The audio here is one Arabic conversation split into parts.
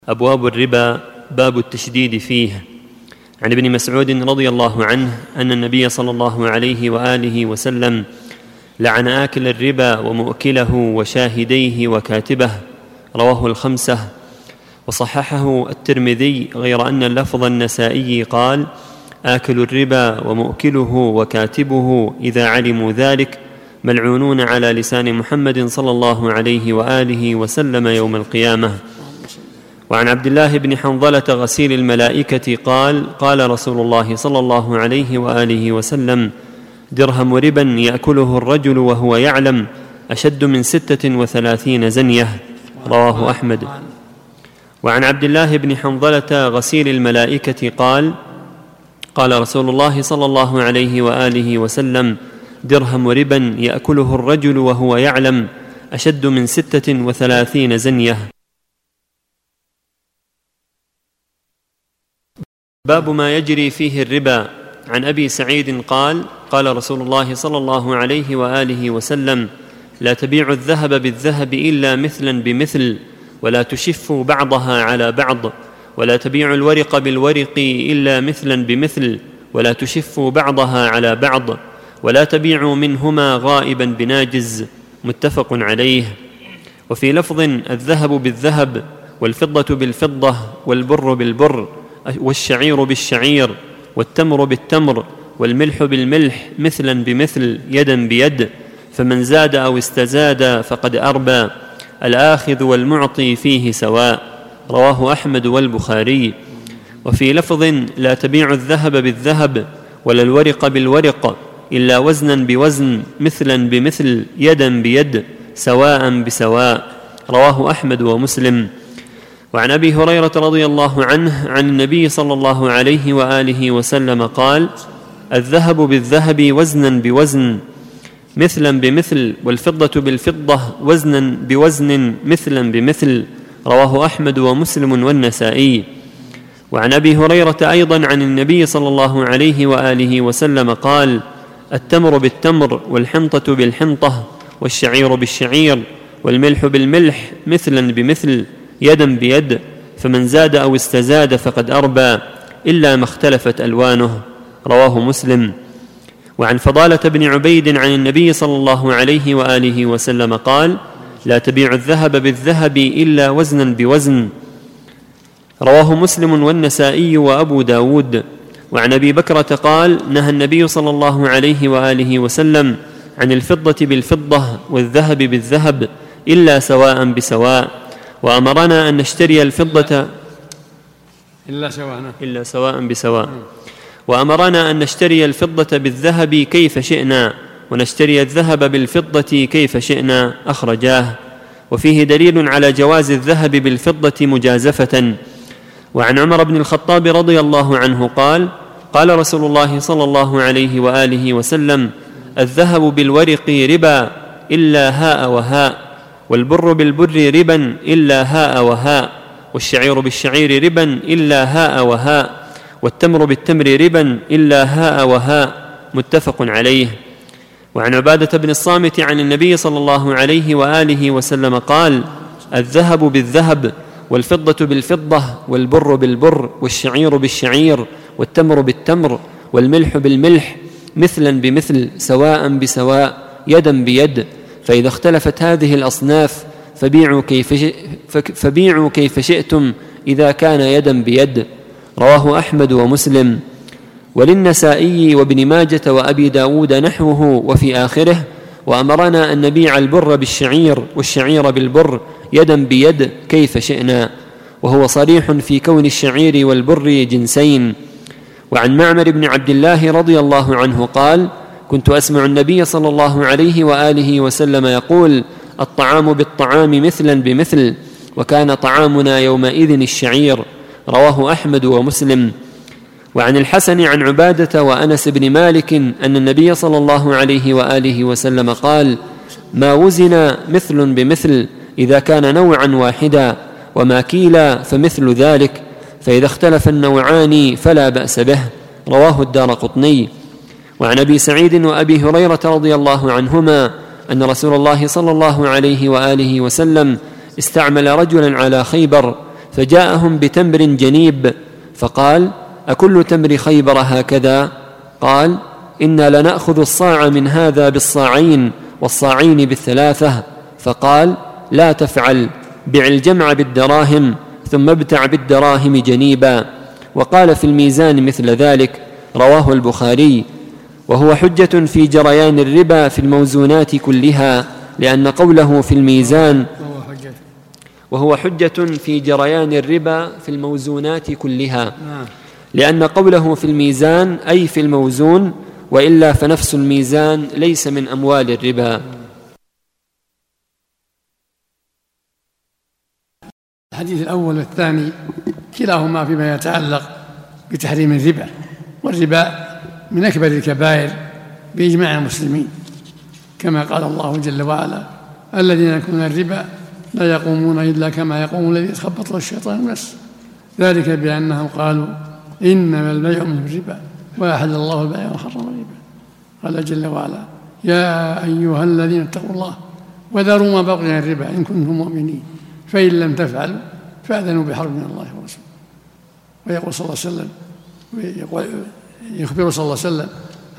أبواب الربا باب التشديد فيه. عن ابن مسعود رضي الله عنه أن النبي صلى الله عليه وآله وسلم لعن آكل الربا ومؤكله وشاهديه وكاتبه، رواه الخمسة، وصححه الترمذي، غير أن اللفظ النسائي قال: آكل الربا ومؤكله وكاتبه إذا علموا ذلك ملعونون على لسان محمد صلى الله عليه وآله وسلم يوم القيامة. وعن عبد الله بن حنظلة غسيل الملائكة قال: قال رسول الله صلى الله عليه وآله وسلم: درهم ربا يأكله الرجل وهو يعلم أشد من 36 زنية، رواه أحمد. وعن عبد الله بن حنظلة غسيل الملائكة قال: قال رسول الله صلى الله عليه وآله وسلم: درهم ربا يأكله الرجل وهو يعلم أشد من 36 زنية. باب ما يجري فيه الربا. عن أبي سعيد قال: قال رسول الله صلى الله عليه وآله وسلم: لا تبيعوا الذهب بالذهب إلا مثلا بمثل، ولا تشفوا بعضها على بعض، ولا تبيعوا الورق بالورق إلا مثلا بمثل، ولا تشفوا بعضها على بعض، ولا تبيعوا منهما غائبا بناجز، متفق عليه. وفي لفظ: الذهب بالذهب، والفضة بالفضة، والبر بالبر، والشعير بالشعير، والتمر بالتمر، والملح بالملح، مثلا بمثل، يدا بيد، فمن زاد أو استزاد فقد أربى، الآخذ والمعطي فيه سواء، رواه أحمد والبخاري. وفي لفظ: لا تبيع الذهب بالذهب، ولا الورق بالورق، إلا وزنا بوزن، مثلا بمثل، يدا بيد، سواء بسواء، رواه أحمد ومسلم. وعن أبي هريرة رضي الله عنه عن النبي صلى الله عليه وآله وسلم قال: الذهب بالذهب وزنا بوزن، مثلا بمثل، والفضة بالفضة وزنا بوزن، مثلا بمثل، رواه أحمد ومسلم والنسائي. وعن أبي هريرة أيضا عن النبي صلى الله عليه وآله وسلم قال: التمر بالتمر، والحنطة بالحنطة، والشعير بالشعير، والملح بالملح، مثلا بمثل، يدا بيد، فمن زاد أو استزاد فقد أربى، إلا ما اختلفت ألوانه، رواه مسلم. وعن فضالة بن عبيد عن النبي صلى الله عليه وآله وسلم قال: لا تبيع الذهب بالذهب إلا وزنا بوزن، رواه مسلم والنسائي وأبو داود. وعن أبي بكرة قال: نهى النبي صلى الله عليه وآله وسلم عن الفضة بالفضة والذهب بالذهب إلا سواء بسواء، وأمرنا أن نشتري الفضة إلا سواء بسواء، وأمرنا أن نشتري الفضة بالذهب كيف شئنا، ونشتري الذهب بالفضة كيف شئنا، أخرجاه. وفيه دليل على جواز الذهب بالفضة مجازفة. وعن عمر بن الخطاب رضي الله عنه قال: قال رسول الله صلى الله عليه وآله وسلم: الذهب بالورق ربا إلا هاء وهاء، والبر بالبر ربا إلا هاء وهاء، والشعير بالشعير ربا إلا هاء وهاء، والتمر بالتمر ربا إلا هاء وهاء، متفق عليه. وعن عبادة بن الصامت عن النبي صلى الله عليه وآله وسلم قال: الذهب بالذهب، والفضة بالفضة، والبر بالبر، والشعير بالشعير، والتمر بالتمر، والملح بالملح، مثلا بمثل، سواء بسواء، يدا بيد، فإذا اختلفت هذه الأصناف فبيعوا كيف شئتم إذا كان يدا بيد، رواه أحمد ومسلم. وللنسائي وابن ماجة وأبي داود نحوه، وفي آخره: وأمرنا أن نبيع البر بالشعير والشعير بالبر يدا بيد كيف شئنا، وهو صريح في كون الشعير والبر جنسين. وعن معمر بن عبد الله رضي الله عنه قال: كنت أسمع النبي صلى الله عليه وآله وسلم يقول: الطعام بالطعام مثلا بمثل، وكان طعامنا يومئذ الشعير، رواه أحمد ومسلم. وعن الحسن عن عبادة وأنس بن مالك أن النبي صلى الله عليه وآله وسلم قال: ما وزن مثل بمثل إذا كان نوعا واحدا، وما كيل فمثل ذلك، فإذا اختلف النوعان فلا بأس به، رواه الدارقطني. وعن أبي سعيد وأبي هريرة رضي الله عنهما أن رسول الله صلى الله عليه وآله وسلم استعمل رجلا على خيبر فجاءهم بتمر جنيب، فقال: أكل تمر خيبر هكذا؟ قال: إنا لنأخذ الصاع من هذا بالصاعين، والصاعين بالثلاثة. فقال: لا تفعل، بع الجمع بالدراهم، ثم ابتع بالدراهم جنيبا. وقال في الميزان مثل ذلك، رواه البخاري. وهو حجة في جريان الربا في الموزونات كلها، لأن قوله في الميزان وهو حجة في جريان الربا في الموزونات كلها، لأن قوله في الميزان أي في الموزون، وإلا فنفس الميزان ليس من أموال الربا. الحديث الأول والثاني كلاهما فيما يتعلق بتحريم الربا، والربا من أكبر الكبائر بإجماع المسلمين، كما قال الله جل وعلا: الذين يأكلون الربا لا يقومون إلا كما يقوم الذي يتخبطه الشيطان المس، ذلك بأنهم قالوا إنما البيع مثل الربا وأحل الله البيع وحرم الربا. قال جل وعلا: يا أيها الذين اتقوا الله وذروا ما بقي من الربا إن كنتم مؤمنين فإن لم تفعلوا فأذنوا بحرب من الله ورسوله. ويقول صلى الله عليه وسلم، يخبر صلى الله عليه وسلم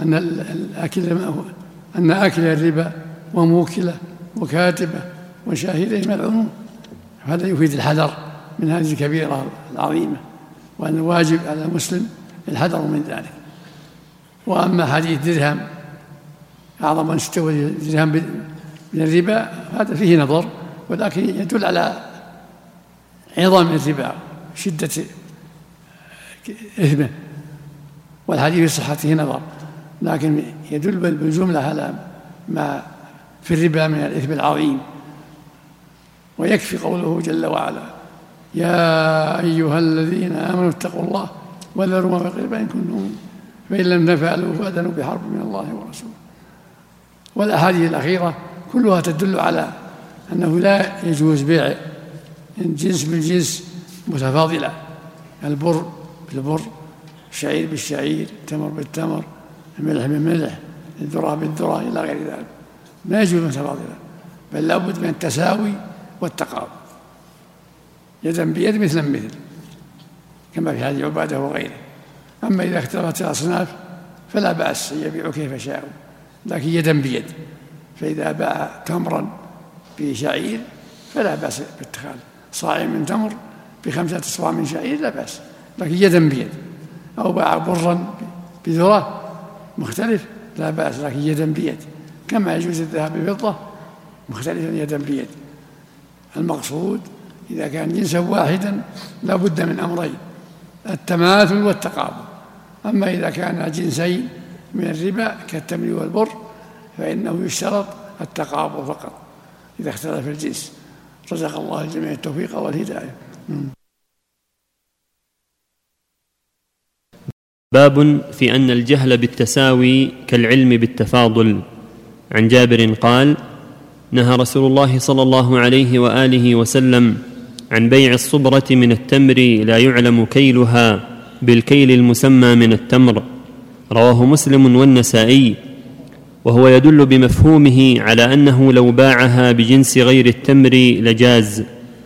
أن آكل الربا وموكله وكاتبه وشاهده ملعونون. هذا يفيد الحذر من هذه الكبيرة العظيمة، وأن واجب على المسلم الحذر من ذلك. وأما حديث درهم أعظم من استوى درهم من الربا، هذا فيه نظر، ولكن يدل على عظم الربا شدة إثمه، والحديث في صحته نظر، لكن يدل بالجملة على ما في الربا من الإثم العظيم. ويكفي قوله جل وعلا: يا أيها الذين آمنوا اتقوا الله وذروا ما بقي الربا إن كنتم فإن لم تفعلوا فأذنوا بحرب من الله ورسوله. والأحاديث الأخيرة كلها تدل على أنه لا يجوز بيع الجنس بالجنس متفاضلة، البر بالبر، الشعير بالشعير، التمر بالتمر، الملح بالملح، الذرة بالذرة إلى غير ذلك، لا يجوز متفاضلة، بل لا بد من التساوي والتقارب، يدا بيد مثلا مثل، كما في حديث عبادة وغيره. أما إذا اختلفت الأصناف فلا بأس، يبيع كيف شاء، لكن يدا بيد. فإذا باع تمرا بشعير فلا بأس باتخاذ صاع من تمر ب5 أصواع من شعير، لا بأس، لكن يدا بيد. أو باع برا بذرة مختلف لا بأس، لكن يدا بيد، كما يجوز الذهب بفضة مختلفا يدا بيد. المقصود إذا كان جنسا واحدا لا بد من أمرين: التماثل والتقابل. أما إذا كان جنسين من الربا كالتمر والبر فإنه يشترط التقابل فقط إذا اختلف الجنس. رزق الله الجميع التوفيق والهداية. باب في أن الجهل بالتساوي كالعلم بالتفاضل. عن جابر قال: نهى رسول الله صلى الله عليه وآله وسلم عن بيع الصبرة من التمر لا يعلم كيلها بالكيل المسمى من التمر. رواه مسلم والنسائي. وهو يدل بمفهومه على أنه لو باعها بجنس غير التمر لجاز.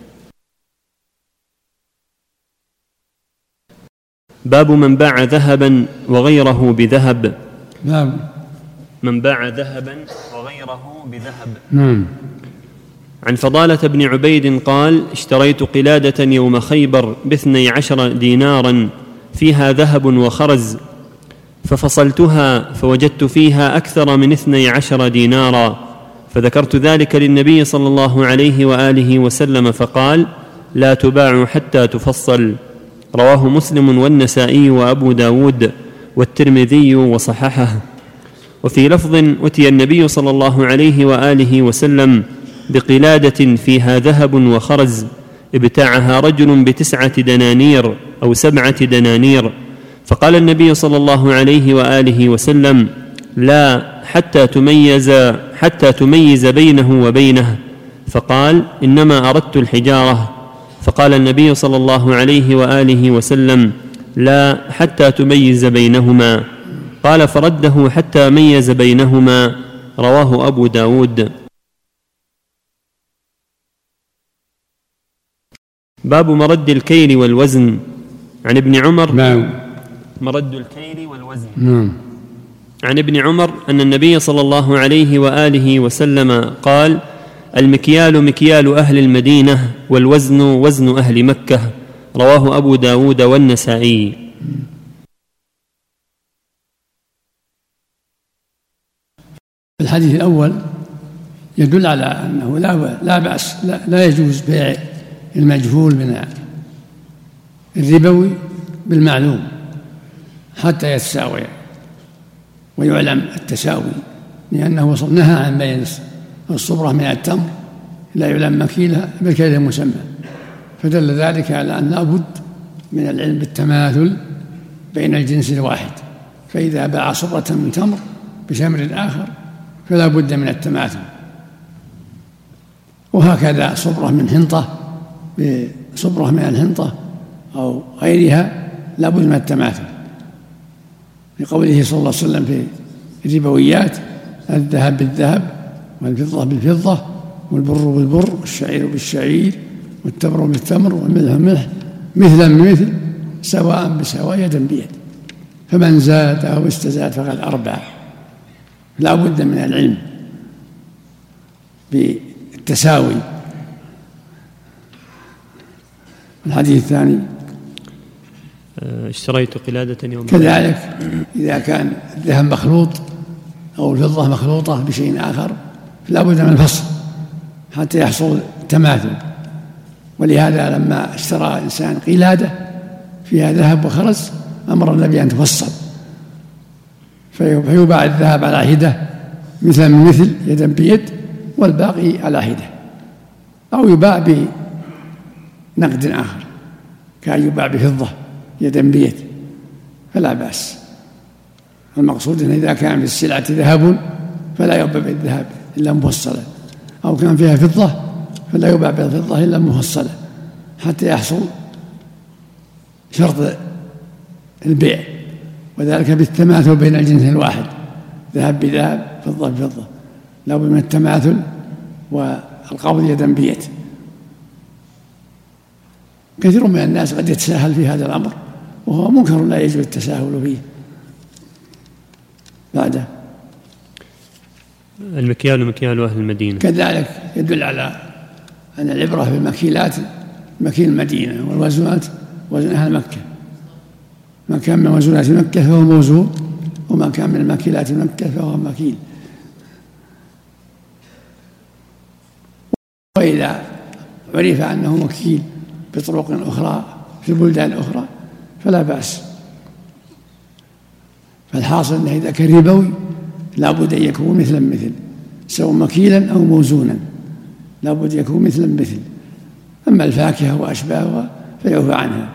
باب من باع ذهبا وغيره بذهب. نعم. من باع ذهبا وغيره بذهب. عن فضالة بن عبيد قال: اشتريت قلادة يوم خيبر ب12 دينارا فيها ذهب وخرز، ففصلتها فوجدت فيها أكثر من 12 دينارا، فذكرت ذلك للنبي صلى الله عليه وآله وسلم فقال: لا تباع حتى تفصل. رواه مسلم والنسائي وأبو داود والترمذي وصححه. وفي لفظ: أتي النبي صلى الله عليه وآله وسلم بقلادة فيها ذهب وخرز ابتاعها رجل ب9 دنانير أو 7 دنانير، فقال النبي صلى الله عليه وآله وسلم: لا حتى تميز بينه وبينه. فقال: إنما أردت الحجارة. فقال النبي صلى الله عليه وآله وسلم: لا حتى تميز بينهما. قال: فرده حتى ميز بينهما. رواه أبو داود. باب مرد الكيل والوزن. عن ابن عمر مرد الكيل والوزن. عن ابن عمر أن النبي صلى الله عليه وآله وسلم قال: المكيال مكيال أهل المدينة، والوزن وزن أهل مكة. رواه أبو داود والنسائي. الحديث الأول يدل على أنه لا بأس، لا يجوز بيع المجهول من الربوي بالمعلوم حتى يتساوي ويعلم التساوي، لأنه نهى عن بيع الصبرة من التمر لا يعلم مكيلها بالكيل المسمى، فدل ذلك على أن لابد من العلم بالتماثل بين الجنس الواحد، فإذا باع صبرة من تمر بتمر آخر فلا بد من التماثل، وهكذا صبرة من حنطة بصبرة من الحنطة أو غيرها لا بد من التماثل، لقوله صلى الله عليه وسلم في الربويات: الذهب بالذهب والفضة بالفضة والبر بالبر والشعير بالشعير والتمر بالتمر والملح بالملح مثلا بمثل سواء بسواء يدا بيد، فمن زاد أو استزاد فقد أربع. لا بد من العلم بالتساوي. الحديث الثاني: اشتريت قلادة يوم كذلك إذا كان الذهب مخلوط أو الفضة مخلوطة بشيء آخر فلا بد من الفصل حتى يحصل تماثل، ولهذا لما اشترى إنسان قلادة فيها ذهب وخرز أمر النبي أن تفصل، فيباع الذهب على حدة مثل من مثل يدا بيد والباقي على حدة، أو يباع بنقد آخر كان يباع بفضة يدا بيد فلا بأس. المقصود أن إذا كان في السلعة ذهب فلا يباع بالذهب إلا مفصلة، أو كان فيها فضة فلا يباع بالفضة إلا مفصلة، حتى يحصل شرط البيع، وذلك بالتماثل بين الجنس الواحد، ذهب بذهب فضة بفضة، لا بد من التماثل والقبض يدا بيد. كثير من الناس قد يتساهل في هذا الأمر وهو منكر لا يجوز التساهل فيه. بعده: المكيال مكيال أهل المدينة. كذلك يدل على أن العبرة بالمكيلات مكيل المدينة، والوزنات وزن أهل مكة، ما كان من وزنات مكة فهو موزون، وما كان من مكيلات مكة فهو مكيل. وإذا عرف أنه مكيل بطرق أخرى في بلدان أخرى فلا بأس. فالحاصل أنه إذا كان ربوي لا بد أن يكون مثلا مثل، سواء مكيلا أو موزونا لا بد أن يكون مثلا مثل. أما الفاكهة وأشباهها فيعفى عنها.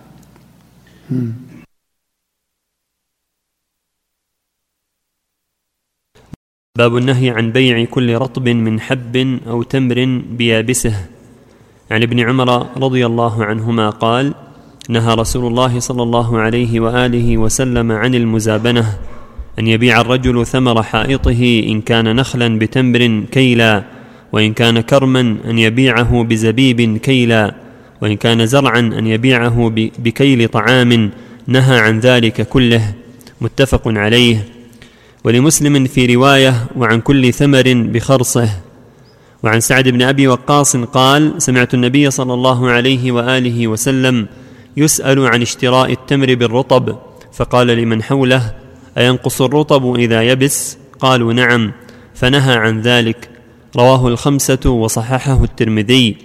باب النهي عن بيع كل رطب من حب أو تمر بيابسه. عن ابن عمر رضي الله عنهما قال: نهى رسول الله صلى الله عليه وآله وسلم عن المزابنة، أن يبيع الرجل ثمر حائطه إن كان نخلا بتمر كيلا، وإن كان كرما أن يبيعه بزبيب كيلا، وإن كان زرعا أن يبيعه بكيل طعام. نهى عن ذلك كله. متفق عليه. ولمسلم في رواية: وعن كل ثمر بخرصه. وعن سعد بن أبي وقاص قال: سمعت النبي صلى الله عليه وآله وسلم يسأل عن اشتراء التمر بالرطب، فقال لمن حوله: أينقص الرطب إذا يبس؟ قالوا: نعم، فنهى عن ذلك. رواه الخمسة وصححه الترمذي.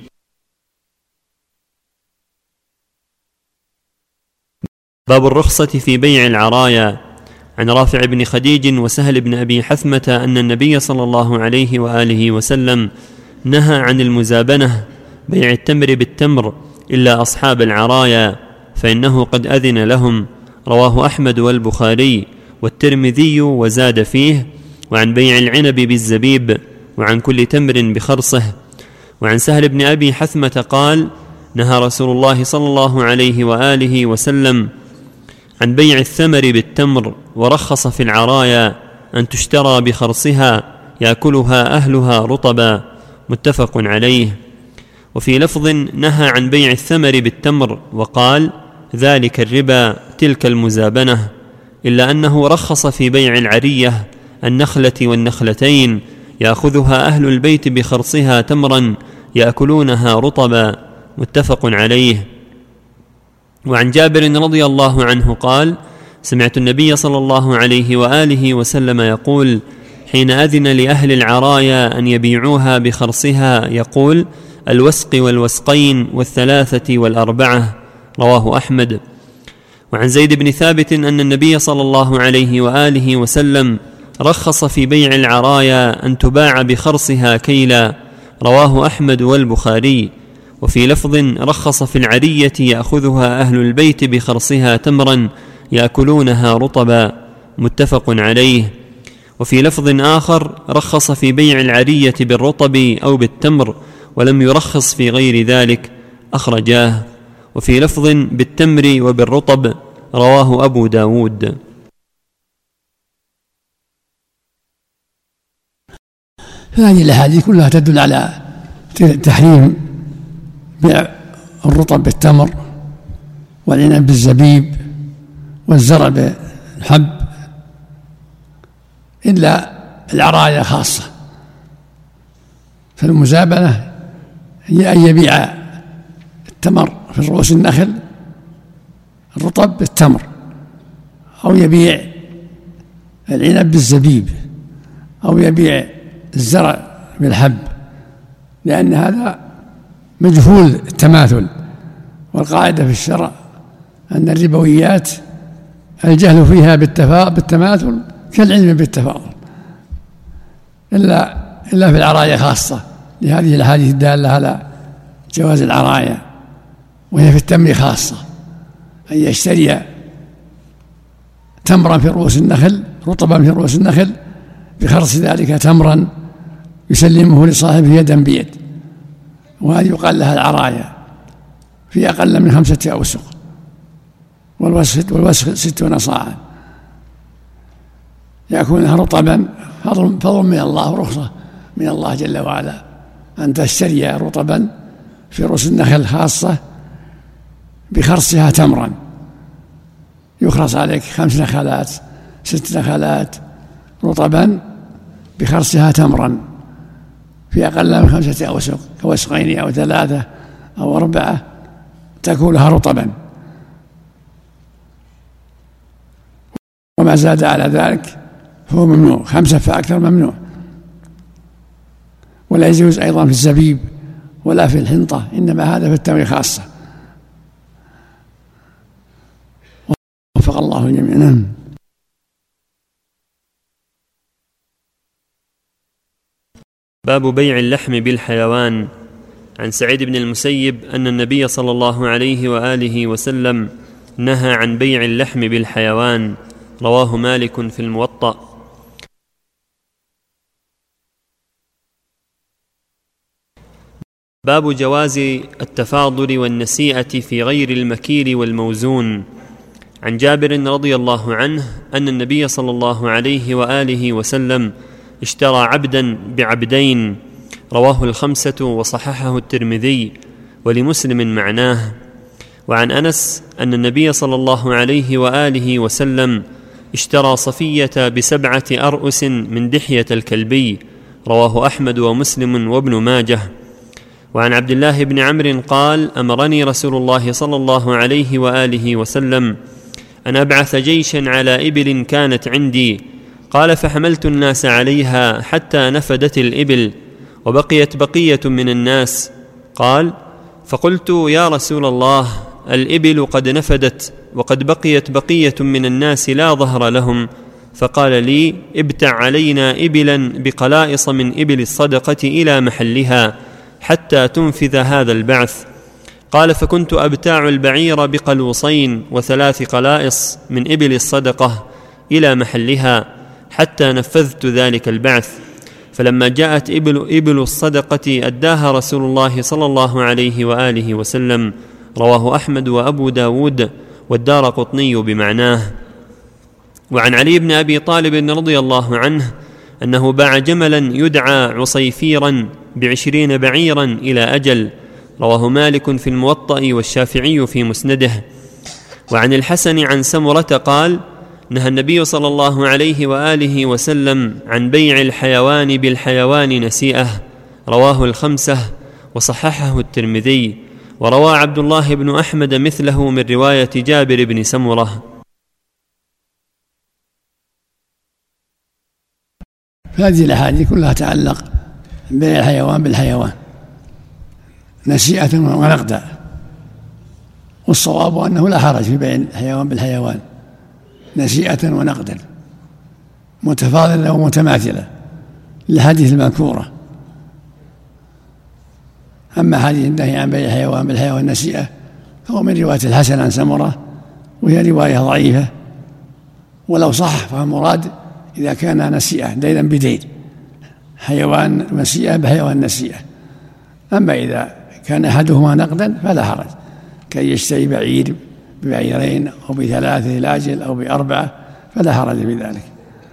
باب الرخصة في بيع العرايا. عن رافع بن خديج وسهل بن أبي حثمة أن النبي صلى الله عليه وآله وسلم نهى عن المزابنة، بيع التمر بالتمر، إلا أصحاب العرايا، فإنه قد أذن لهم. رواه أحمد والبخاري والترمذي وزاد فيه: وعن بيع العنب بالزبيب، وعن كل تمر بخرصه. وعن سهل بن أبي حثمة قال: نهى رسول الله صلى الله عليه وآله وسلم عن بيع الثمر بالتمر، ورخص في العرايا أن تشترى بخرصها يأكلها أهلها رطبا. متفق عليه. وفي لفظ نهى عن بيع الثمر بالتمر وقال: ذلك الربا، تلك المزابنة، إلا أنه رخص في بيع العرية، النخلة والنخلتين، يأخذها أهل البيت بخرصها تمرا يأكلونها رطبا، متفق عليه. وعن جابر رضي الله عنه قال: سمعت النبي صلى الله عليه وآله وسلم يقول حين أذن لأهل العرايا أن يبيعوها بخرصها يقول: الوسق والوسقين والثلاثة والأربعة، رواه أحمد. وعن زيد بن ثابت أن النبي صلى الله عليه وآله وسلم رخص في بيع العرايا أن تباع بخرصها كيلا، رواه أحمد والبخاري. وفي لفظ رخص في العرية يأخذها أهل البيت بخرصها تمرا يأكلونها رطبا، متفق عليه. وفي لفظ آخر رخص في بيع العرية بالرطب أو بالتمر، ولم يرخص في غير ذلك، أخرجاه. وفي لفظ بالتمر وبالرطب، رواه أبو داود. هذه الأحاديث كلها تدل على تحريم بيع الرطب بالتمر والعنب بالزبيب والزرع بالحب، إلا العرايا خاصة. فالمزابنة هي أن يبيع التمر في رؤوس النخل، الرطب بالتمر، أو يبيع العنب بالزبيب، أو يبيع الزرع بالحب، لأن هذا مجهول التماثل. والقاعدة في الشرع أن الربويات الجهل فيها بالتماثل كالعلم بالتفاضل، إلا في العرايا خاصة، لهذه الأحاديث الدالة على جواز العرايا. وهي في التمر خاصة، أن يشتري تمرا في رؤوس النخل، رطبا في رؤوس النخل، بخرص ذلك تمرا يسلمه لصاحبه يدا بيد، وهذه يقال لها العرايا، في أقل من 5 أوسق، والوسق 60 صاعا، يأكلونها رطبا، فضل من الله ورخصة من الله جل وعلا أن تشتري رطبا في رؤوس النخل خاصة بخرصها تمرا، يخرص عليك 5 نخلات 6 نخلات رطبا بخرصها تمرا في أقل من 5 أوسق، كوسقين أو 3 أو 4 تأكلها رطبا، وما زاد على ذلك فهو ممنوع، 5 فأكثر ممنوع. ولا يجوز أيضا في الزبيب ولا في الحنطة، إنما هذا في التمر خاصة. وفق الله جميعا. باب بيع اللحم بالحيوان. عن سعيد بن المسيب أن النبي صلى الله عليه وآله وسلم نهى عن بيع اللحم بالحيوان، رواه مالك في الموطأ. باب جواز التفاضل والنسيئة في غير المكيل والموزون. عن جابر رضي الله عنه أن النبي صلى الله عليه وآله وسلم اشترى عبدا بعبدين، رواه 5 وصححه الترمذي، ولمسلم معناه. وعن أنس أن النبي صلى الله عليه وآله وسلم اشترى صفية ب7 أرؤس من دحية الكلبي، رواه أحمد ومسلم وابن ماجه. وعن عبد الله بن عمرو قال: أمرني رسول الله صلى الله عليه وآله وسلم أن أبعث جيشا على إبل كانت عندي، قال: فحملت الناس عليها حتى نفدت الإبل وبقيت بقية من الناس. قال: فقلت: يا رسول الله، الإبل قد نفدت وقد بقيت بقية من الناس لا ظهر لهم. فقال لي: ابتع علينا إبلا بقلائص من إبل الصدقة إلى محلها حتى تنفذ هذا البعث. قال: فكنت أبتاع البعير بقلوصين و3 قلائص من إبل الصدقة إلى محلها حتى نفذت ذلك البعث. فلما جاءت إبل الصدقة أداها رسول الله صلى الله عليه وآله وسلم، رواه أحمد وأبو داود والدارقطني بمعناه. وعن علي بن أبي طالب رضي الله عنه أنه باع جملا يدعى عصيفيرا ب20 بعيرا إلى أجل، رواه مالك في الموطأ والشافعي في مسنده. وعن الحسن عن سمرة قال: نهى النبي صلى الله عليه وآله وسلم عن بيع الحيوان بالحيوان نسيئة. رواه الخمسة وصححه الترمذي. وروى عبد الله بن أحمد مثله من رواية جابر بن سمرة. هذه الأحاديث كلها تتعلق ببيع الحيوان بالحيوان نسيئة ونقدا، والصواب أنه لا حرج في بيع الحيوان بالحيوان نسيئة ونقدا متفاضلة ومتماثلة للحديث المذكورة. أما حديث النهي عن بيع الحيوان بالحيوان نسيئة فهو من رواية الحسن عن سمرة، وهي رواية ضعيفة، ولو صح فالمراد إذا كان نسيئة دينا بدين، حيوان نسيئة بحيوان نسيئة. أما إذا كان أحدهما نقدا فلا حرج، كي يشتري بعير ببعيرين أو بثلاثة الأجل أو بأربعة فلا حرج في ذلك.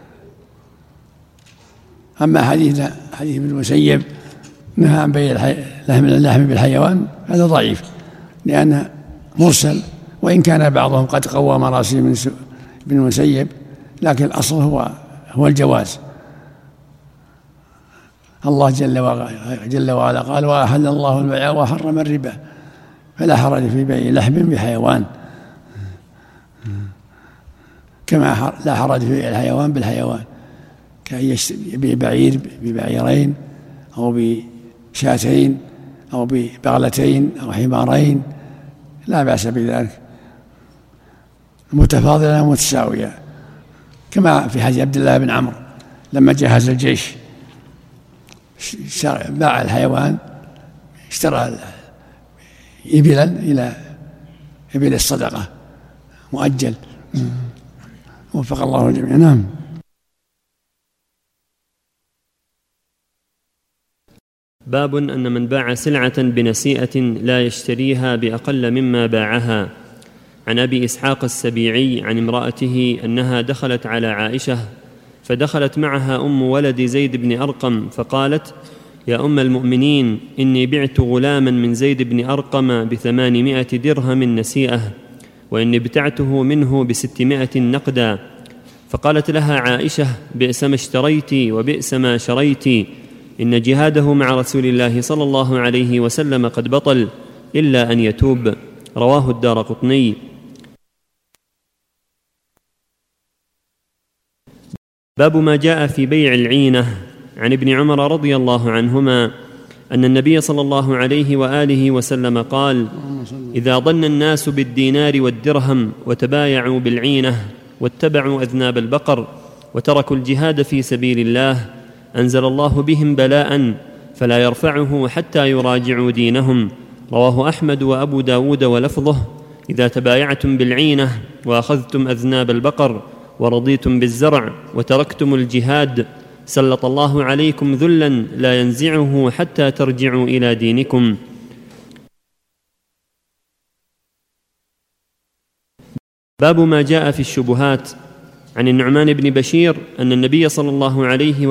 أما حديث ابن المسيب نهى عن بيع اللحم بالحيوان هذا ضعيف، لأنه مرسل، وإن كان بعضهم قد قوى مراسيل من ابن المسيب، لكن الأصل هو الجواز. الله جل وعلا قال: وأحل الله البيع وحرم الربا، فلا حرج في بيع لحم بحيوان، كما لا حرج في بيع الحيوان بالحيوان، كأن يبيع بعير ببعيرين أو بشاتين أو ببغلتين أو حمارين، لا بأس بذلك، متفاضلة ومتساوية، كما في حديث عبد الله بن عمرو لما جهز الجيش باع الحيوان، اشترى إبلا إلى إبل الصدقة مؤجل. وفق الله الجميع. نعم. باب أن من باع سلعة بنسيئة لا يشتريها بأقل مما باعها. عن أبي إسحاق السبيعي عن امرأته أنها دخلت على عائشة، فدخلت معها أم ولد زيد بن أرقم فقالت: يا أم المؤمنين، إني بعت غلاما من زيد بن أرقم ب800 درهم نسيئة، وإني ابتعته منه ب600 نقدا. فقالت لها عائشة: بئس ما اشتريت وبئس ما شريت، إن جهاده مع رسول الله صلى الله عليه وسلم قد بطل إلا أن يتوب. رواه الدارقطني. باب ما جاء في بيع العينة. عن ابن عمر رضي الله عنهما أن النبي صلى الله عليه وآله وسلم قال: إذا ظن الناس بالدينار والدرهم وتبايعوا بالعينة واتبعوا أذناب البقر وتركوا الجهاد في سبيل الله، أنزل الله بهم بلاء فلا يرفعه حتى يراجعوا دينهم. رواه أحمد وأبو داود ولفظه: إذا تبايعتم بالعينة وأخذتم أذناب البقر ورضيتم بالزرع وتركتم الجهاد، سلط الله عليكم ذلا لا ينزعه حتى ترجعوا إلى دينكم. باب ما جاء في الشبهات. عن النعمان بن بشير أن النبي صلى الله عليه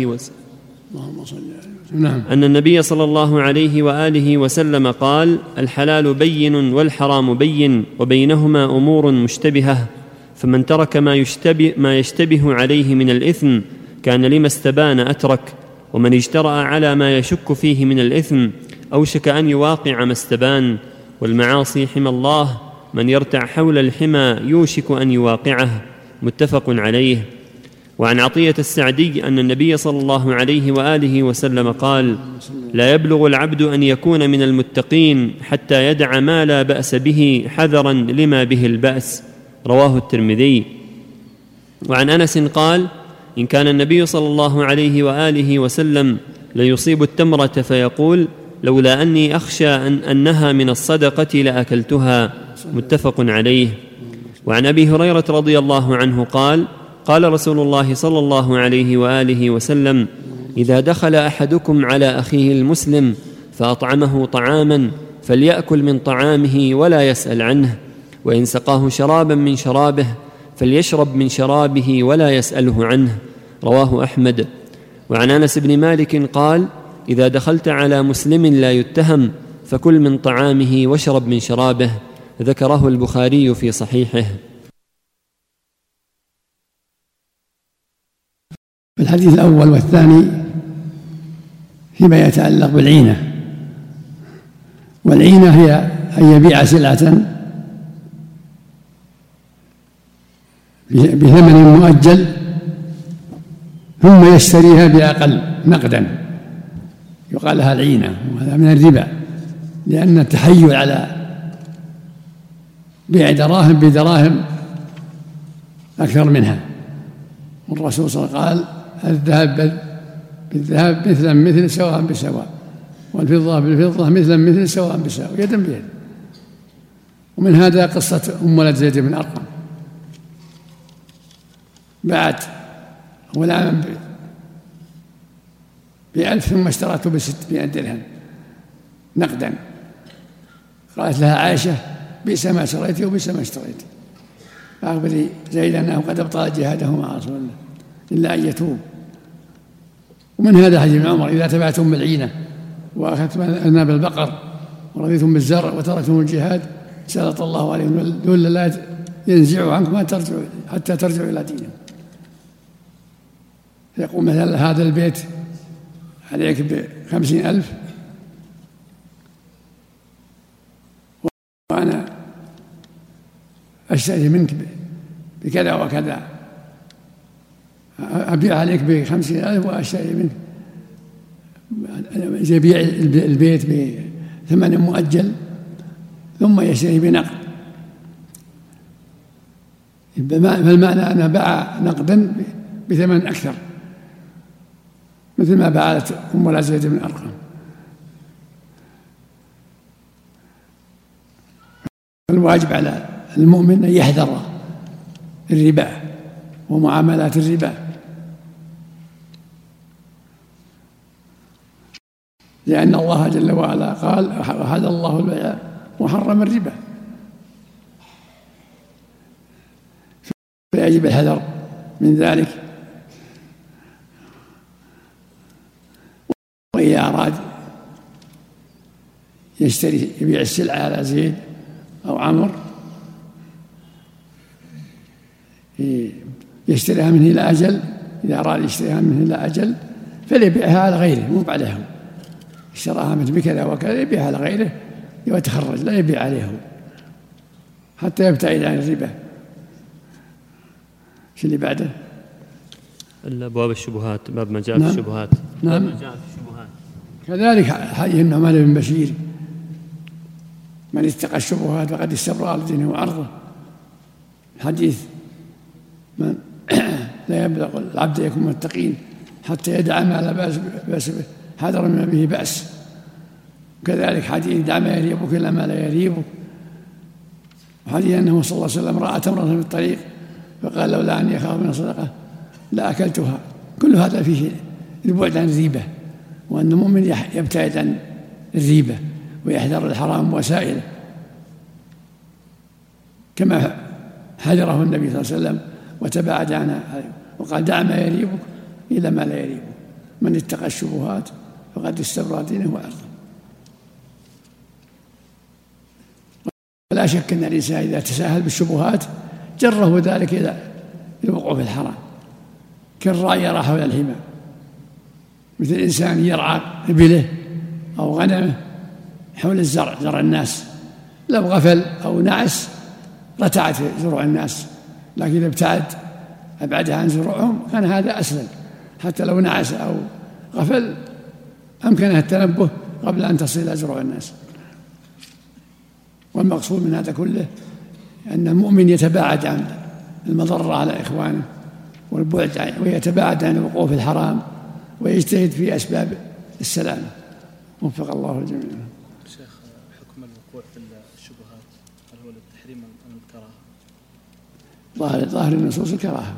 وآله وسلم قال: الحلال بين والحرام بين وبينهما أمور مشتبهة، فمن ترك ما يشتبه عليه من الإثم كان لما استبان أترك، ومن اجترأ على ما يشك فيه من الإثم أوشك أن يواقع ما استبان. والمعاصي حمى الله، من يرتع حول الحمى يوشك أن يواقعه. متفق عليه. وعن عطية السعدي أن النبي صلى الله عليه وآله وسلم قال: لا يبلغ العبد أن يكون من المتقين حتى يدع ما لا بأس به حذرا لما به البأس. رواه الترمذي. وعن أنس قال: إن كان النبي صلى الله عليه وآله وسلم ليصيب التمرة فيقول: لولا أني أخشى أنها من الصدقة لأكلتها. متفق عليه. وعن أبي هريرة رضي الله عنه قال: قال رسول الله صلى الله عليه وآله وسلم: إذا دخل أحدكم على أخيه المسلم فأطعمه طعاما فليأكل من طعامه ولا يسأل عنه، وإن سقاه شرابا من شرابه فليشرب من شرابه ولا يسأله عنه. رواه أحمد. وعن أنس بن مالك قال: إذا دخلت على مسلم لا يتهم فكل من طعامه واشرب من شرابه. ذكره البخاري في صحيحه. في الحديث الأول والثاني فيما يتعلق بالعينة، والعينة هي أن يبيع سلعة بثمن مؤجل ثم يشتريها بأقل نقدا، يقال لها العينة، وهذا من الربا، لأن التحيل على بيع دراهم بدراهم أكثر منها. والرسول صلى الله عليه وسلم قال: الذهب بالذهب مثلا مثل سواء بسواء، والفضة بالفضة مثلا مثل سواء بسواء، يدا بيد. ومن هذا قصة ولد زيد بن أرقم، باعت غلاما ب1000 ثم اشترته ب600 درهم نقدا. قالت لها عائشة: بئس ما شريت وبئس ما اشتريت، فأخبري زيد أنه قد أبطل جهاده مع رسول الله إلا أن يتوب. ومن هذا حديث ابن عمر: إذا تبعتم بالعينة وأخذتم أذناب البقر ورضيتم بالزرع وتركتم الجهاد سلط الله عليهم دول لا ينزع عنكم حتى ترجعوا إلى دينكم. يقول مثلا: هذا البيت عليك ب50,000 وأنا أشتري منك بكذا وكذا، أبيع عليك ب50,000 وأشتري منك، يبيع البيت بثمن مؤجل ثم يشتري بنقد. فالمعنى أنه باع نقدا بثمن أكثر، مثل ما فعلت ولد زيد بن أرقم. الواجب على المؤمن أن يحذر الربا ومعاملات الربا، لأن الله جل وعلا قال: وحل الله البيع وحرم الربا. فيجب الحذر من ذلك. وإذا أراد يبيع السلعة على زيد أو عمر يشتريها منه إلى أجل، إذا أراد يشتريها منه إلى أجل فليبيعها على غيره مو عليهم. اشتراها مثل بكذا وكذا يبيعها على غيره ويتخرج، لا يبيع عليه حتى يبتعد عن الربا. شو اللي بعده؟ أبواب الشبهات، باب ما جاء في الشبهات. نعم. ما جاء في الشبهات. كذلك حديث النعمان بن بشير: من اتقى الشبهات فقد استبرأ لدينه وعرضه. حديث: من لا يبلغ العبد يكون متقين حتى يدع ما لا بأس به حذر ما به بأس. وكذلك حديث: دع ما يريبك إلا ما لا يريبك. وحديث أنه صلى الله عليه وسلم رأى تمرة في الطريق فقال: لولا أني أخاف من الصدقة لأكلتها. كل هذا فيه البعد عن الريبة، وأن المؤمن يبتعد عن الريبة ويحذر الحرام وسائله، كما حذره النبي صلى الله عليه وسلم وتباعد عنها، وقال: دع ما يريبك إلى ما لا يريبك، من اتقى الشبهات فقد استبرأ دينه وعرضه. ولا شك أن الإنسان إذا تساهل بالشبهات جره ذلك إلى الوقوع في الحرام، كالراعي يرعى حول الحمى، مثل الإنسان يرعى إبله أو غنمه حول الزرع، زرع الناس، لو غفل أو نعس رتعت زروع الناس، لكن إذا أبعدها عن زروعهم كان هذا أسلم. حتى لو نعس أو غفل أمكنه التنبه قبل أن تصل إلى زروع الناس. والمقصود من هذا كله أن المؤمن يتباعد عن المضرة على إخوانه والبعد، ويتباعد عن الوقوع في الحرام ويجتهد في أسباب السلامة. وفق الله الجميع. شيخ، حكم الوقوع في الشبهات هل هو للتحريم أم الكراهة؟ ظاهر النصوص الكراهة.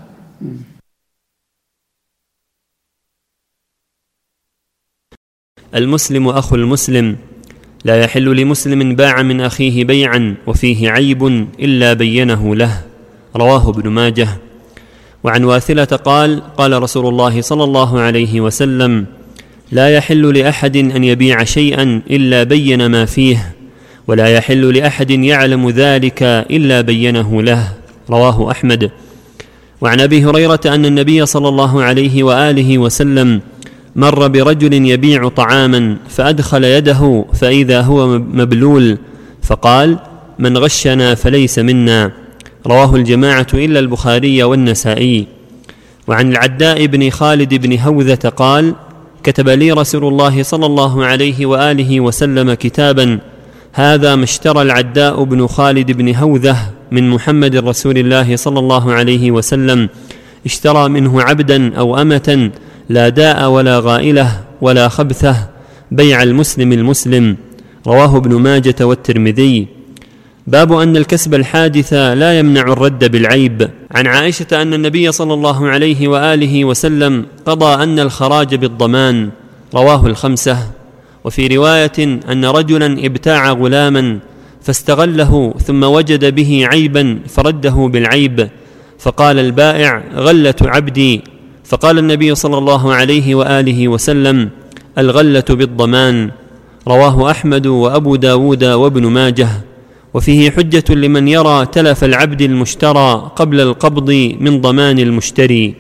المسلم أخو المسلم، لا يحل لمسلم باع من أخيه بيعا وفيه عيب إلا بينه له. رواه ابن ماجه. وعن واثلة قال: قال رسول الله صلى الله عليه وسلم: لا يحل لأحد أن يبيع شيئا إلا بين ما فيه، ولا يحل لأحد يعلم ذلك إلا بينه له. رواه أحمد. وعن أبي هريرة أن النبي صلى الله عليه وآله وسلم مر برجل يبيع طعاما فأدخل يده فإذا هو مبلول، فقال: من غشنا فليس منا. رواه الجماعة إلا البخاري والنسائي. وعن العداء بن خالد بن هوذة قال: كتب لي رسول الله صلى الله عليه وآله وسلم كتابا: هذا ما اشترى العداء بن خالد بن هوذة من محمد رسول الله صلى الله عليه وسلم، اشترى منه عبدا أو أمة، لا داء ولا غائلة ولا خبثة، بيع المسلم المسلم. رواه ابن ماجة والترمذي. باب أن الكسب الحادث لا يمنع الرد بالعيب. عن عائشة أن النبي صلى الله عليه وآله وسلم قضى أن الخراج بالضمان. رواه الخمسة. وفي رواية أن رجلا ابتاع غلاما فاستغله ثم وجد به عيبا فرده بالعيب، فقال البائع: غلة عبدي. فقال النبي صلى الله عليه وآله وسلم: الغلة بالضمان. رواه أحمد وأبو داود وابن ماجه. وفيه حجة لمن يرى تلف العبد المشترى قبل القبض من ضمان المشتري.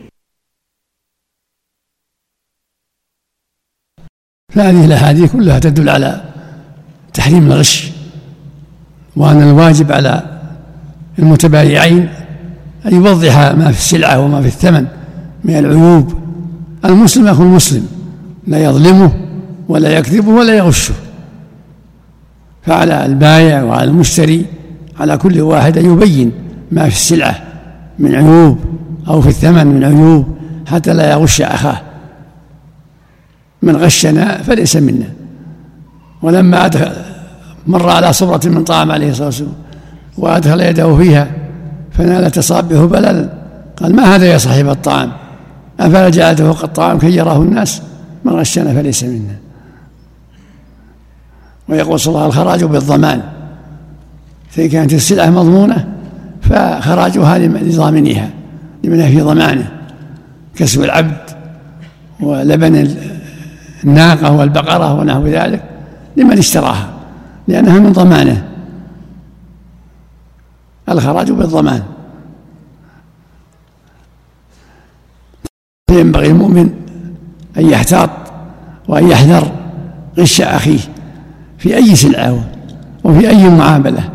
فهذه الأحاديث كلها تدل على تحريم الغش، وأن الواجب على المتبايعين أن يوضح ما في السلعة وما في الثمن من العيوب. المسلم أخو المسلم، لا يظلمه ولا يكذبه ولا يغشه. فعلى البائع وعلى المشتري على كل واحد أن يبين ما في السلعة من عيوب أو في الثمن من عيوب حتى لا يغش أخاه. من غشنا فليس منا. ولما مر على صبرة من طعام عليه الصلاة والسلام وأدخل يده فيها فنالت أصابعه بلل، قال: ما هذا يا صاحب الطعام؟ أفلا جعلته فوق الطعام كي يراه الناس؟ من غشنا فليس منا. ويقول صلى الله عليه وسلم: الخراج بالضمان. فإذا كانت السلعة مضمونة فخراجها لضامنها، لمن في ضمانه، كسب العبد ولبن الناقة والبقرة ونحو ذلك لمن اشتراها لأنها من ضمانه. الخراج بالضمان. ينبغي المؤمن أن يحتاط وأن يحذر غش أخيه في أي سلعة وفي أي معاملة.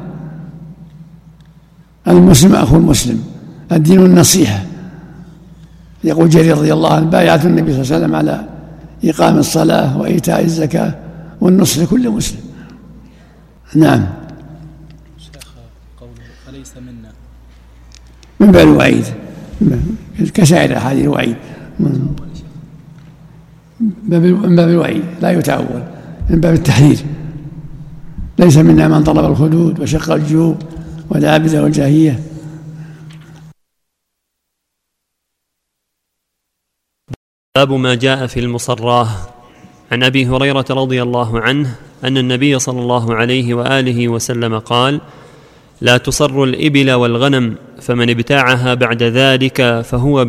المسلم أخو المسلم، الدين النصيحة. يقول جرير رضي الله عنه: بايعت النبي صلى الله عليه وسلم على إقام الصلاة وإيتاء الزكاة والنصح لكل مسلم. نعم. شيخ، قوله فليس منا من باب الوعيد كسائر أحاديث الوعيد، من باب الوعيد لا يتأول، من باب التحذير. ليس منا من طلب الخلود وشق الجيوب والعابد والجاهية. باب ما جاء في المصراه. عن أبي هريرة رضي الله عنه أن النبي صلى الله عليه وآله وسلم قال: لا تصر الإبل والغنم، فمن ابتاعها بعد ذلك فهو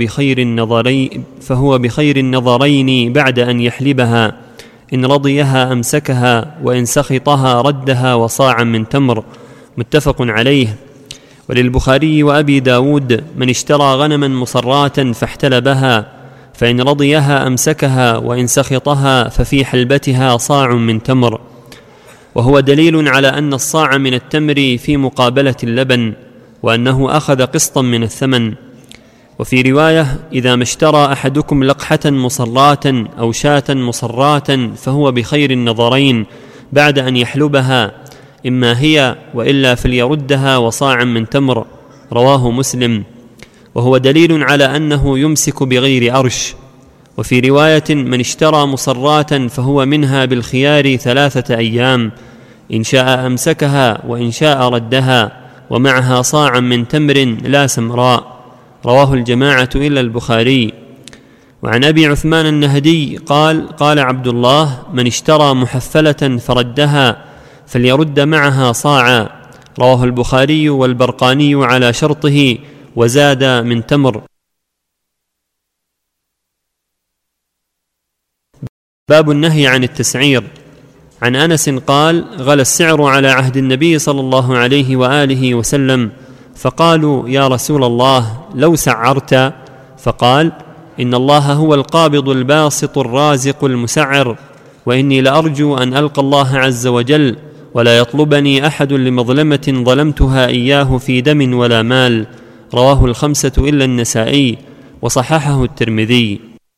بخير النظرين بعد أن يحلبها، إن رضيها أمسكها وإن سخطها ردها وصاعا من تمر. متفق عليه. وللبخاري وأبي داود: من اشترى غنما مصرات فاحتلبها، فإن رضيها أمسكها وإن سخطها ففي حلبتها صاع من تمر. وهو دليل على أن الصاع من التمر في مقابلة اللبن، وأنه أخذ قسطا من الثمن. وفي رواية: إذا ما اشترى أحدكم لقحة مصرات أو شاة مصرات فهو بخير النظرين بعد أن يحلبها، إما هي وإلا فليردها وصاعا من تمر. رواه مسلم. وهو دليل على أنه يمسك بغير أرش. وفي رواية: من اشترى مصرات فهو منها بالخيار 3 أيام، إن شاء أمسكها وإن شاء ردها، ومعها صاعا من تمر لا سمراء. رواه الجماعة إلا البخاري. وعن أبي عثمان النهدي قال: قال عبد الله: من اشترى محفلة فردها فليرد معها صاعا. رواه البخاري والبرقاني على شرطه، وزاد من تمر. باب النهي عن التسعير. عن أنس قال: غلى السعر على عهد النبي صلى الله عليه وآله وسلم، فقالوا: يا رسول الله لو سعرت، فقال: إن الله هو القابض الباسط الرازق المسعر، وإني لأرجو أن ألقى الله عز وجل ولا يطلبني أحد لمظلمة ظلمتها إياه في دم ولا مال. رواه الخمسة إلا النسائي، وصححه الترمذي.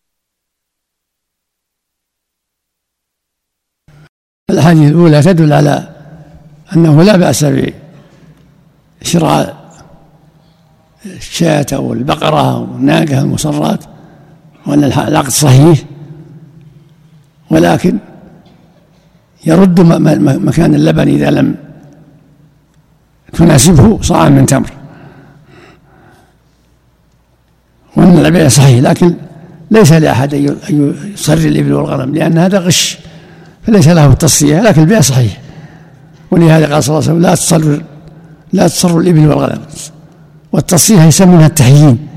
الحديث الأولى تدل على أنه لا بأس بشراء الشاة أو البقرة أو الناقة المصرات، وأن العقد صحيح، ولكن يرد مكان اللبن إذا لم تناسبه صاعا من تمر، وأن البيع صحيح، لكن ليس لأحد أن يصري الإبل والغنم، لأن هذا غش فليس له التصفية، لكن البيع صحيح. ولهذا قال صلى الله عليه وسلم: لا تصروا الإبل والغنم. والتصفية يسمونها التحيين،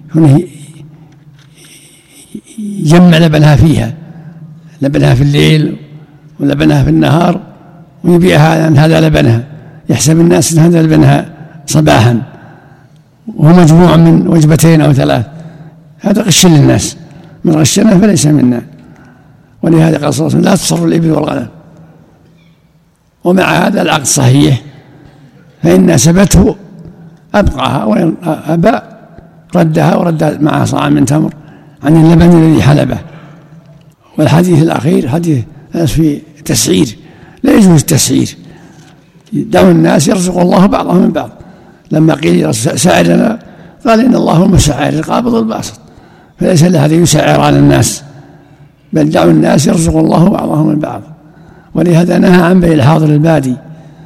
يجمع لبنها فيها، لبنها في الليل ولبنها في النهار، ويبيعها أن هذا لبنها، يحسب الناس أن هذا لبنها صباحا، وهو مجموع من وجبتين أو ثلاث. هذا غش للناس، من غشنا فليس منا. ولهذا قال صلى الله عليه وسلم: لا تصروا الإبل والغنم. ومع هذا العقد صحيح، فإن ناسبته أبقاها، وإن أبى ردها، ورد معها صاع من تمر عن اللبن الذي حلبه. والحديث الأخير حديث في تسعير، لا يجوز التسعير، دعوا الناس يرزق الله بعضهم من بعض. لما قيل سعرنا قال: إن الله هو المسعر القابض الباسط، فليس لهذا يسعر على الناس، بل دعوا الناس يرزق الله بعضهم من بعض. ولهذا نهى عن بيع الحاضر البادي،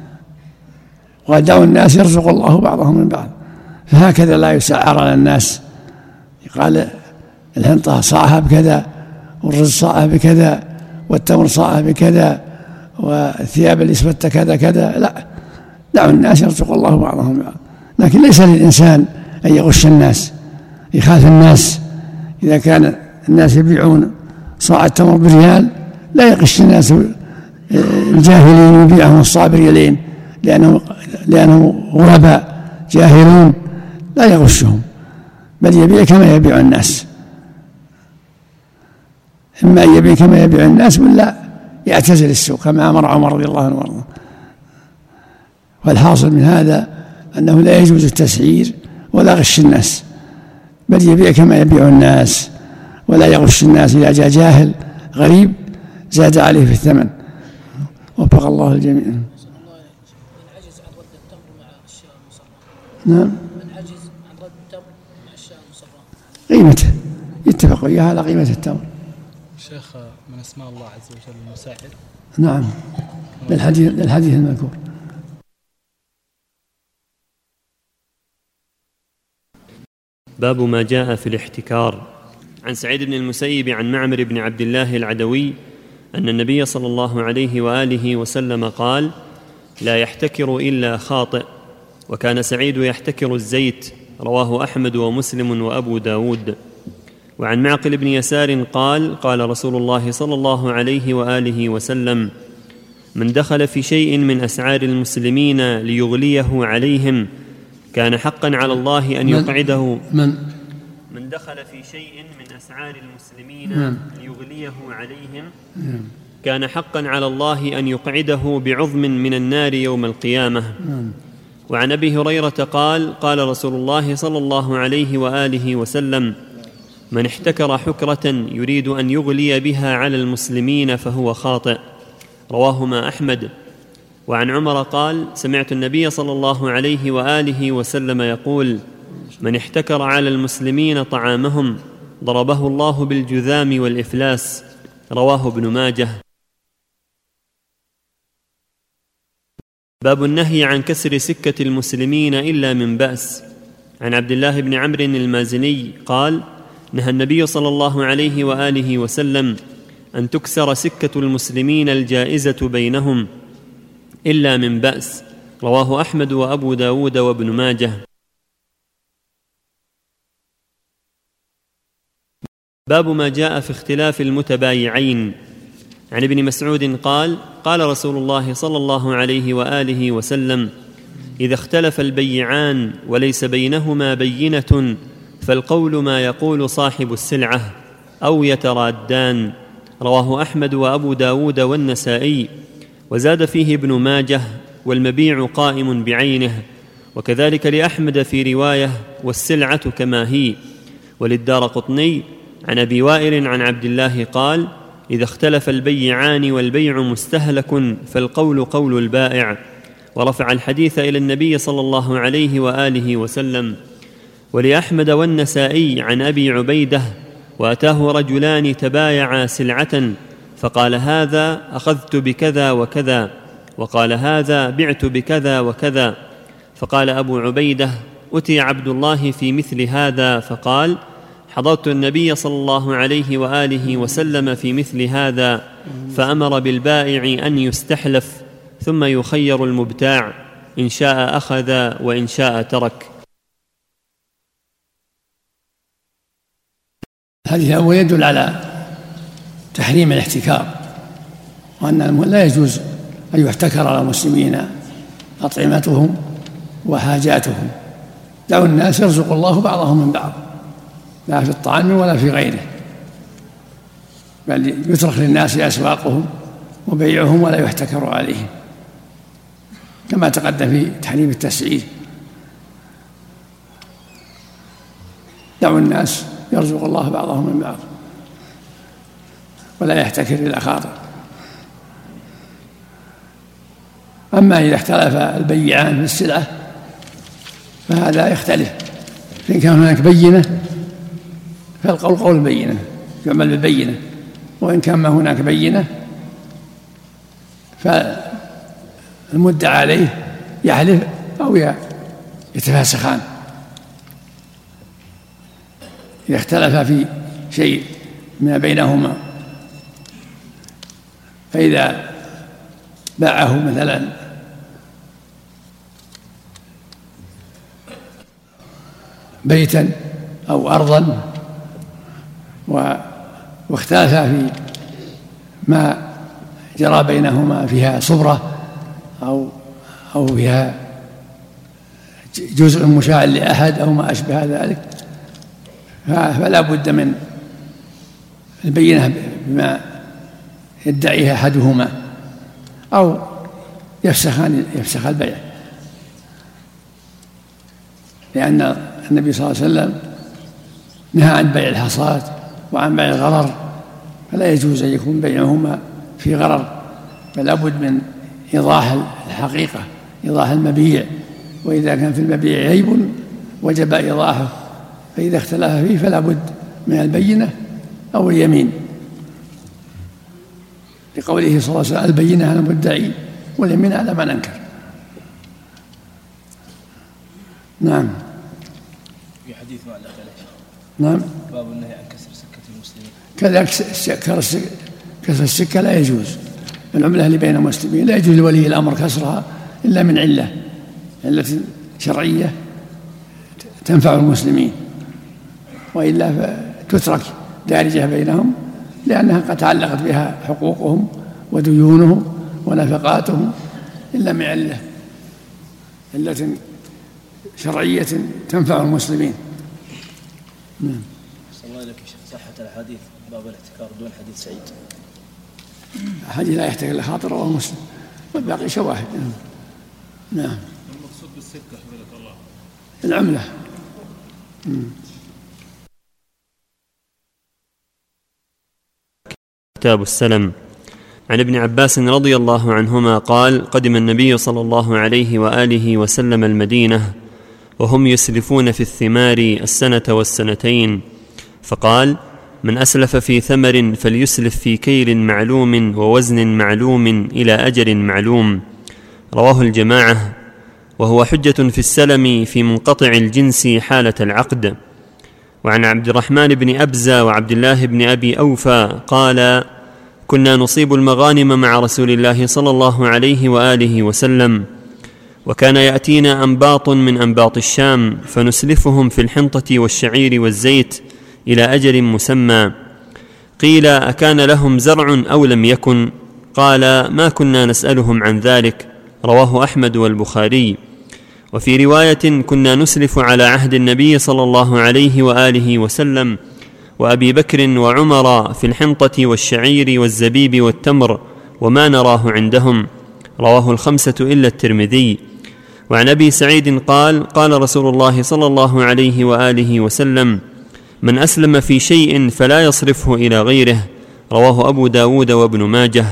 ودعوا الناس يرزق الله بعضهم من بعض. فهكذا لا يسعر على الناس، قال الحنطة صاعها بكذا، والرز صاعها بكذا، والتمر صاعها بكذا، والثياب اللي سبت كذا كذا. لا، دعوا الناس يرزق الله بعضهم من بعض. لكن ليس للإنسان أن يغش الناس، يخالف الناس. إذا كان الناس يبيعون صاع التمر بريال، لا يغش الناس الجاهلين يبيعهم الصاع بريالين، لأنهم غرباء جاهلون، لا يغشهم، بل يبيع كما يبيع الناس. إما أن يبيع كما يبيع الناس، ولا يعتزل السوق كما أمر عمر رضي الله عنه وارضاه. والحاصل من هذا أنه لا يجوز التسعير ولا غش الناس، بل يبيع كما يبيع الناس، ولا يغش الناس. إذا جاء جاهل غريب زاد عليه في الثمن. وفق الله الجميع. من عجز عن رد التمر مع الشاة المصرة. نعم. من عجز عن رد التمر مع الشاة المصرة. قيمته يتفق وياها على قيمة التمر. شيخ، من اسماء الله عز وجل المساعد. نعم، للحديث المذكور. باب ما جاء في الاحتكار. عن سعيد بن المسيب عن معمر بن عبد الله العدوي أن النبي صلى الله عليه وآله وسلم قال: لا يحتكر إلا خاطئ. وكان سعيد يحتكر الزيت. رواه أحمد ومسلم وأبو داود. وعن معقل بن يسار قال: قال رسول الله صلى الله عليه وآله وسلم: من دخل في شيء من أسعار المسلمين ليغليه عليهم كان حقا على الله أن يقعده. من دخل في شيء من أسعار المسلمين ليغليه عليهم كان حقا على الله أن يقعده بعظم من النار يوم القيامة. وعن أبي هريرة قال: قال رسول الله صلى الله عليه وآله وسلم: من احتكر حكرة يريد أن يغلي بها على المسلمين فهو خاطئ. رواهما أحمد. وعن عمر قال: سمعت النبي صلى الله عليه وآله وسلم يقول: من احتكر على المسلمين طعامهم ضربه الله بالجذام والإفلاس. رواه ابن ماجه. باب النهي عن كسر سكة المسلمين إلا من بأس. عن عبد الله بن عمرو المازني قال: نهى النبي صلى الله عليه وآله وسلم أن تكسر سكة المسلمين الجائزة بينهم إلا من بأس. رواه أحمد وأبو داود وابن ماجه. باب ما جاء في اختلاف المتبايعين. عن ابن مسعود قال قال رسول الله صلى الله عليه وآله وسلم: إذا اختلف البيعان وليس بينهما بينة فالقول ما يقول صاحب السلعة أو يترادان. رواه أحمد وأبو داود والنسائي. وزاد فيه ابن ماجه: والمبيع قائم بعينه. وكذلك لأحمد في رواية: والسلعة كما هي. وللدارقطني عن أبي وائل عن عبد الله قال: إذا اختلف البيعان والبيع مستهلك فالقول قول البائع. ورفع الحديث إلى النبي صلى الله عليه وآله وسلم. ولأحمد والنسائي عن أبي عبيدة: وأتاه رجلان تبايعا سلعة فقال هذا أخذت بكذا وكذا، وقال هذا بعت بكذا وكذا. فقال أبو عبيدة: أتي عبد الله في مثل هذا فقال: حضرت النبي صلى الله عليه وآله وسلم في مثل هذا، فأمر بالبائع أن يستحلف ثم يخير المبتاع، إن شاء أخذ وإن شاء ترك. الحديث الأول يدل على تحريم الاحتكار، وأن لا يجوز أن يحتكر على المسلمين أطعمتهم وحاجاتهم. دعوا الناس يرزق الله بعضهم من بعض، لا في الطعام ولا في غيره، بل يترك للناس أسواقهم وبيعهم ولا يحتكر عليهم، كما تقدم في تحريم التسعير. دعوا الناس يرزق الله بعضهم من بعض ولا يحتكر الأخاطر. أما إذا اختلف البيعان في السلعة فهذا يختلف، فإن كان هناك بينة فالقول قول البينة، يعمل بالبينة، وإن كان ما هناك بينة فالمدعى عليه يحلف أو يتفاسخان. إذا اختلف في شيء ما بينهما، فإذا باعه مثلا بيتا أو أرضا واختلف في ما جرى بينهما، فيها صبرة أو فيها جزء مشاع لأحد أو ما أشبه ذلك، فلا بد من البينة بما يدعيها أحدهما أو يفسخ البيع، لأن النبي صلى الله عليه وسلم نهى عن بيع الحصاد وعن بيع الغرر، فلا يجوز أن يكون بينهما في غرر، فلا بد من إيضاح الحقيقة، إيضاح المبيع. وإذا كان في المبيع عيب وجب إيضاحه، فإذا اختلف فيه فلا بد من البينة أو اليمين، لقوله صلى الله عليه وسلم: البينة على المدعي واليمين على من أنكر. نعم. في حديث مع الأكل. نعم. باب النهي عن كسر سكة المسلمين. كذلك كسر السكة لا يجوز، العملة اللي بين المسلمين لا يجوز لولي الأمر كسرها إلا من علة شرعية تنفع المسلمين، وإلا فتترك دارجة بينهم، لأنها قد تعلقت بها حقوقهم وديونهم ونفقاتهم، إلا من علة شرعية تنفع المسلمين. صلى الله عليه وسلم. صحة الحديث باب الاحتكار دون حديث سعيد. حديث لا يحتكر لخاطر رواه مسلم، والباقي شواهد. نعم. المقصود بالسكة حفظك الله العملة. كتاب السلم. عن ابن عباس رضي الله عنهما قال: قدم النبي صلى الله عليه وآله وسلم المدينة وهم يسلفون في الثمار السنة والسنتين، فقال: من أسلف في ثمر فليسلف في كيل معلوم ووزن معلوم إلى أجل معلوم. رواه الجماعة. وهو حجة في السلم في منقطع الجنس حالة العقد. وعن عبد الرحمن بن أبزة وعبد الله بن أبي أوفى قال: كنا نصيب المغانم مع رسول الله صلى الله عليه وآله وسلم، وكان يأتينا أنباط من أنباط الشام فنسلفهم في الحنطة والشعير والزيت إلى أجل مسمى. قيل: أكان لهم زرع أو لم يكن؟ قال: ما كنا نسألهم عن ذلك. رواه أحمد والبخاري. وفي رواية: كنا نسلف على عهد النبي صلى الله عليه وآله وسلم وأبي بكر وعمر في الحنطة والشعير والزبيب والتمر وما نراه عندهم. رواه الخمسة إلا الترمذي. وعن أبي سعيد قال: قال رسول الله صلى الله عليه وآله وسلم: من أسلم في شيء فلا يصرفه إلى غيره. رواه أبو داود وابن ماجه.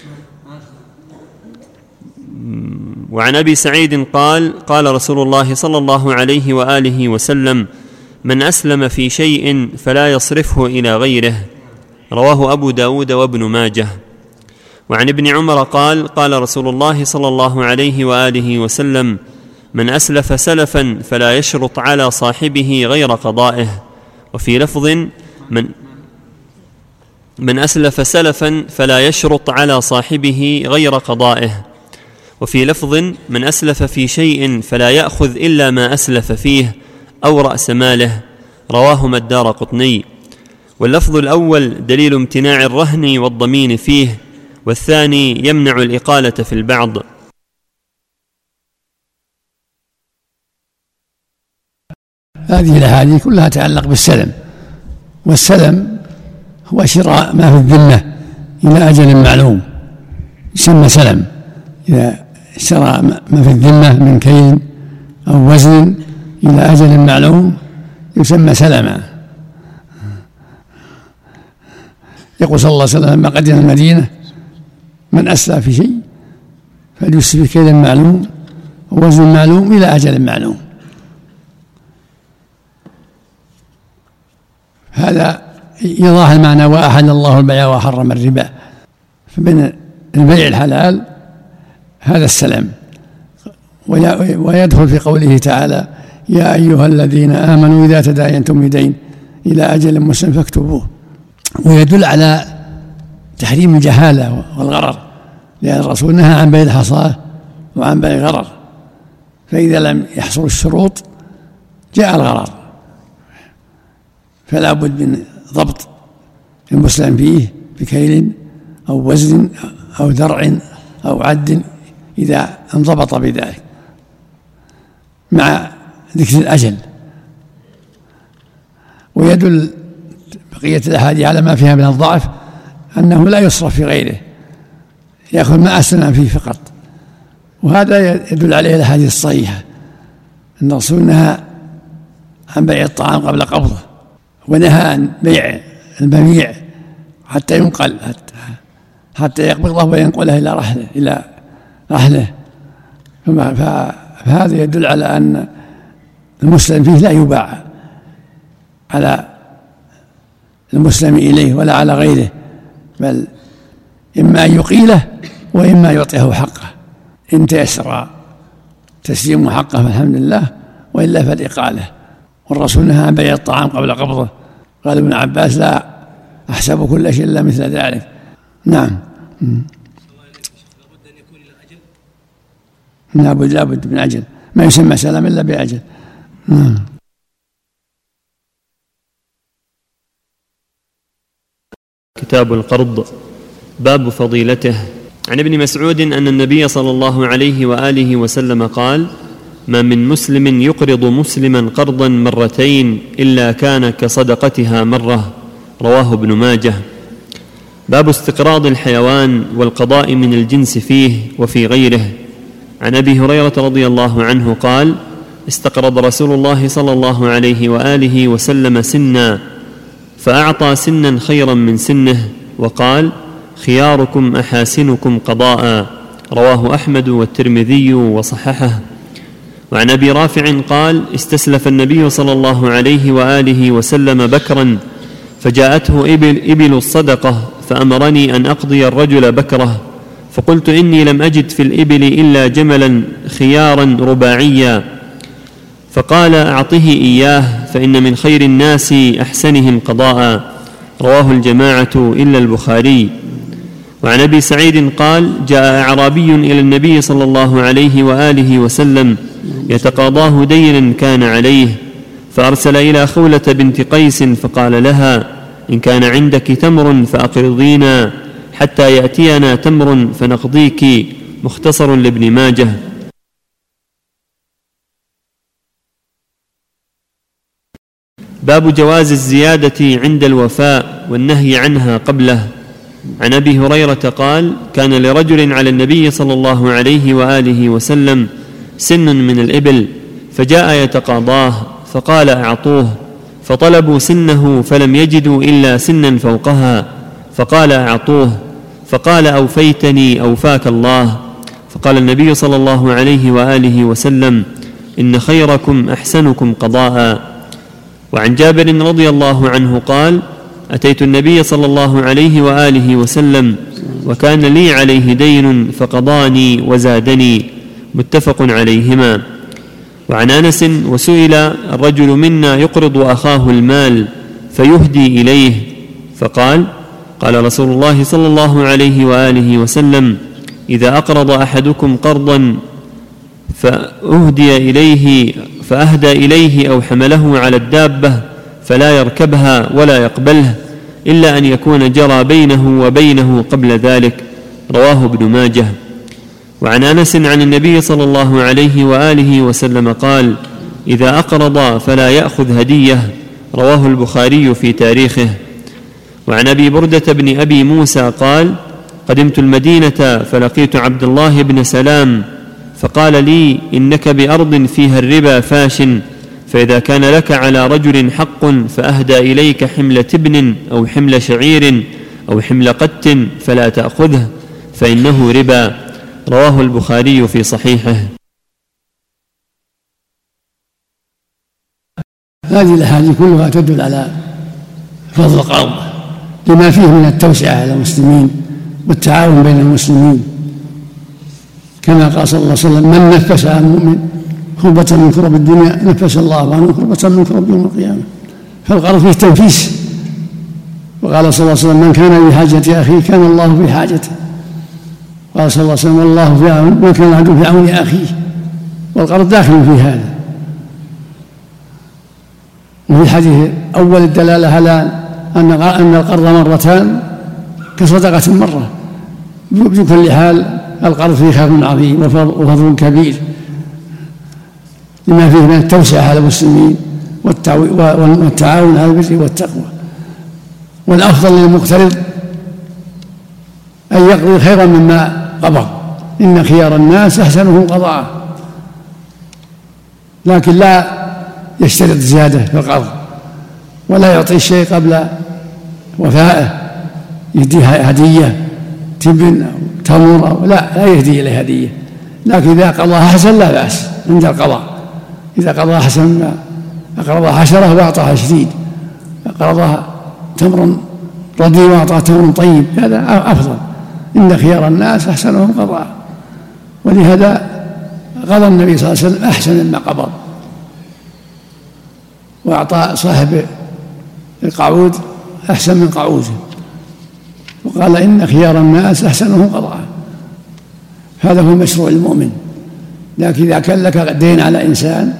وعن أبي سعيد قال: قال رسول الله صلى الله عليه وآله وسلم: من أسلم في شيء فلا يصرفه إلى غيره. رواه أبو داود وابن ماجه. وعن ابن عمر قال: قال رسول الله صلى الله عليه وآله وسلم: من أسلف سلفا فلا يشرط على صاحبه غير قضائه. وفي لفظ: من أسلف سلفا فلا يشرط على صاحبه غير قضائه. وفي لفظ: من أسلف في شيء فلا يأخذ إلا ما أسلف فيه أو رأس ماله. رواهما الدارقطني. واللفظ الأول دليل امتناع الرهن والضمين فيه، والثاني يمنع الإقالة في البعض. هذه الأحاديث كلها تتعلق بالسلم، والسلم هو شراء ما في الذمة إلى أجل معلوم، يسمى سلم. إذا اشترى ما في الذمة من كيل أو وزن إلى أجل معلوم يسمى سلما. يقول صلى الله عليه وسلم: لما قدم المدينة: من أسلف في شيء فليسلف في كيل معلوم ووزن معلوم إلى أجل معلوم. هذا إيضاح المعنى: وأحل الله البيع وحرم الربا. فمن البيع الحلال هذا السلم. ويدخل في قوله تعالى: يا أيها الذين آمنوا إذا تداينتم بدين إلى أجل مسمى فاكتبوه. ويدل على تحريم الجهالة والغرر، لأن الرسول نهى عن بيع الحصاة وعن بيع الغرر، فإذا لم يحصل الشروط جاء الغرر، فلا بد من ضبط المسلم فيه بكيل أو وزن أو درع أو عد إذا انضبط بذلك، مع ذكر الأجل. ويدل بقية الأحاديث على ما فيها من الضعف أنه لا يصرف في غيره، يأخذ ما أسلم فيه فقط. وهذا يدل عليه الأحاديث الصحيحة أن الرسول نهى عن بيع الطعام قبل قبضه، ونهى عن بيع المبيع حتى ينقل، حتى يقبضه وينقله إلى رحله. فهذا يدل على أن المسلم فيه لا يباع على المسلم إليه ولا على غيره، بل إما أن يقيله وإما يعطيه حقه. إن تيسر تسليم حقه فالحمد لله، وإلا فالإقالة. والرسول نهى عن بيع الطعام قبل قبضه. قال ابن عباس: لا أحسب كل شيء إلا مثل ذلك. نعم. لابد من أجل، ما يسمى سلام إلا بأجل. كتاب القرض. باب فضيلته. عن ابن مسعود أن النبي صلى الله عليه وآله وسلم قال: ما من مسلم يقرض مسلما قرضا مرتين إلا كان كصدقتها مرة. رواه ابن ماجه. باب استقراض الحيوان والقضاء من الجنس فيه وفي غيره. عن أبي هريرة رضي الله عنه قال: استقرض رسول الله صلى الله عليه وآله وسلم سنا، فأعطى سنا خيرا من سنه، وقال: خياركم أحاسنكم قضاء. رواه أحمد والترمذي وصححه. وعن أبي رافع قال: استسلف النبي صلى الله عليه وآله وسلم بكرا، فجاءته إبل الصدقة، فأمرني أن أقضي الرجل بكره، فقلت: إني لم أجد في الإبل إلا جملا خيارا رباعيا، فقال: أعطه إياه، فإن من خير الناس أحسنهم قضاء. رواه الجماعة إلا البخاري. وعن أبي سعيد قال: جاء أعرابي إلى النبي صلى الله عليه وآله وسلم يتقاضاه دينا كان عليه، فأرسل إلى خولة بنت قيس فقال لها: إن كان عندك تمر فأقرضينا حتى يأتينا تمر فنقضيك. مختصر لابن ماجه. باب جواز الزيادة عند الوفاء والنهي عنها قبله. عن أبي هريرة قال: كان لرجل على النبي صلى الله عليه وآله وسلم سن من الإبل، فجاء يتقاضاه فقال: أعطوه. فطلبوا سنه فلم يجدوا إلا سنا فوقها، فقال: أعطوه. فقال: أوفيتني أوفاك الله. فقال النبي صلى الله عليه وآله وسلم: إن خيركم أحسنكم قضاء. وعن جابر رضي الله عنه قال: أتيت النبي صلى الله عليه وآله وسلم وكان لي عليه دين فقضاني وزادني. متفق عليهما. وعن أنس: وسئل الرجل منا يقرض أخاه المال فيهدي إليه، فقال: قال رسول الله صلى الله عليه وآله وسلم: إذا أقرض أحدكم قرضا فأهدى إليه أو حمله على الدابة فلا يركبها ولا يقبله إلا أن يكون جرى بينه وبينه قبل ذلك. رواه ابن ماجه. وعن أنس عن النبي صلى الله عليه وآله وسلم قال: إذا أقرض فلا يأخذ هدية. رواه البخاري في تاريخه. وعن أبي بردة بن أبي موسى قال: قدمت المدينة فلقيت عبد الله بن سلام فقال لي: إنك بأرض فيها الربا فاش، فإذا كان لك على رجل حق فأهدى إليك حمل تبن أو حمل شعير أو حمل قت فلا تأخذه فإنه ربا. رواه البخاري في صحيحه. هذه الأحاديث كلها تدل على فضل القرض لما فيه من التوسعة على المسلمين والتعاون بين المسلمين، كما قال صلى الله عليه وسلم: من نفس عن مؤمن كربة من كرب الدنيا نفس الله عنه كربة من كرب يوم القيامة. فالقرض فيه تنفيس. وقال صلى الله عليه وسلم: من كان بحاجة أخيه كان الله في حاجته. قال صلى الله عليه وسلم: والله في عون من كان العبد في عون أخيه. والقرض داخل في هذا. وفي الحديث أول الدلالة على أن القرض مرتان كصدقة مرة. بكل حال القرض فيه خير عظيم وفضل كبير لما فيه من التوسعة على المسلمين والتعاون على البر والتقوى. والأفضل للمقترض أن يقضي خيرا مما قبض. إن خيار الناس أحسنهم قضاء. لكن لا يشترط زيادة في القرض ولا يعطي الشيء قبل وفائه، يهديها هدية تبن أو تمر أو لا يهدي إليه هدية. لكن إذا قضاها حسن لا بأس عند القضاء. إذا قضاها حسن أقرضها 10 وأعطاها 20، أقرضها تمر ردي وأعطاها تمر طيب، هذا أفضل. إن خيار الناس أحسنهم قضاء. ولهذا قضى النبي صلى الله عليه وسلم أحسن مما قبض، وأعطى صاحب القعود أحسن من قعوده، وقال: إن خيار الناس أحسنهم قضاء. هذا هو مشروع المؤمن. لكن إذا كان لك دين على إنسان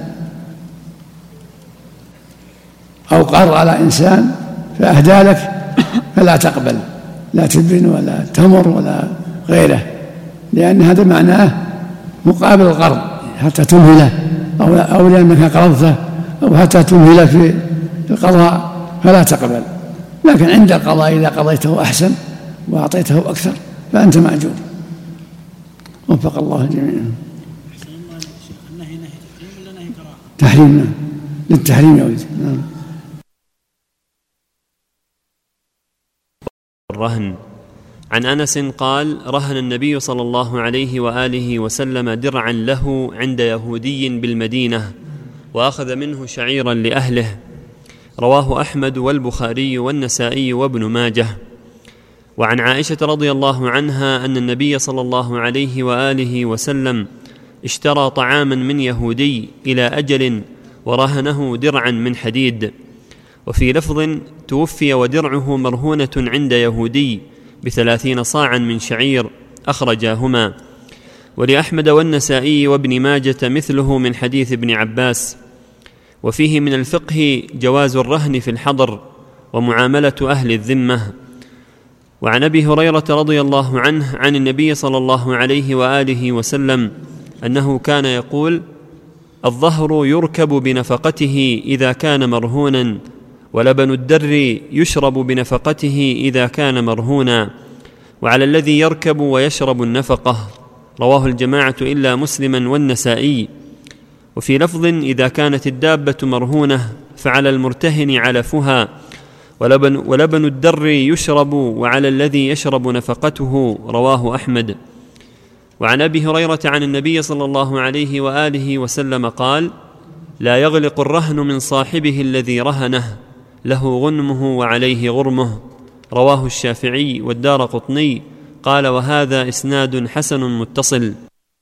أو قرض على إنسان فأهدى لك فلا تقبل لا تبن ولا تمر ولا غيره، لأن هذا معناه مقابل القرض حتى تمهله، أو لأنك قرضته، أو حتى تمهله في القضاء فلا تقبل. لكن عند القضاء إذا قضيته أحسن وأعطيته أكثر فأنت مأجور. وفق الله الجميع. النهي نهي تحريم ولا نهي كراهة؟ تحريم، للتحريم يا ولدي. الرهن. عن أنس قال: رهن النبي صلى الله عليه وآله وسلم درعا له عند يهودي بالمدينة وأخذ منه شعيرا لأهله. رواه أحمد والبخاري والنسائي وابن ماجه. وعن عائشة رضي الله عنها أن النبي صلى الله عليه وآله وسلم اشترى طعاما من يهودي إلى أجل ورهنه درعا من حديد. وفي لفظ: توفي ودرعه مرهونة عند يهودي ب30 صاعا من شعير. أخرجاهما. ولأحمد والنسائي وابن ماجة مثله من حديث ابن عباس. وفيه من الفقه جواز الرهن في الحضر ومعاملة أهل الذمة. وعن أبي هريرة رضي الله عنه عن النبي صلى الله عليه وآله وسلم أنه كان يقول: الظهر يركب بنفقته إذا كان مرهونا، ولبن الدر يشرب بنفقته إذا كان مرهونا، وعلى الذي يركب ويشرب النفقة. رواه الجماعة إلا مسلما والنسائي. وفي لفظ: إذا كانت الدابة مرهونة فعلى المرتهن علفها، ولبن الدر يشرب وعلى الذي يشرب نفقته. رواه أحمد. وعن أبي هريرة عن النبي صلى الله عليه وآله وسلم قال: لا يغلق الرهن من صاحبه الذي رهنه، له غنمه وعليه غرمه. رواه الشافعي والدارقطني. قال: وهذا إسناد حسن متصل.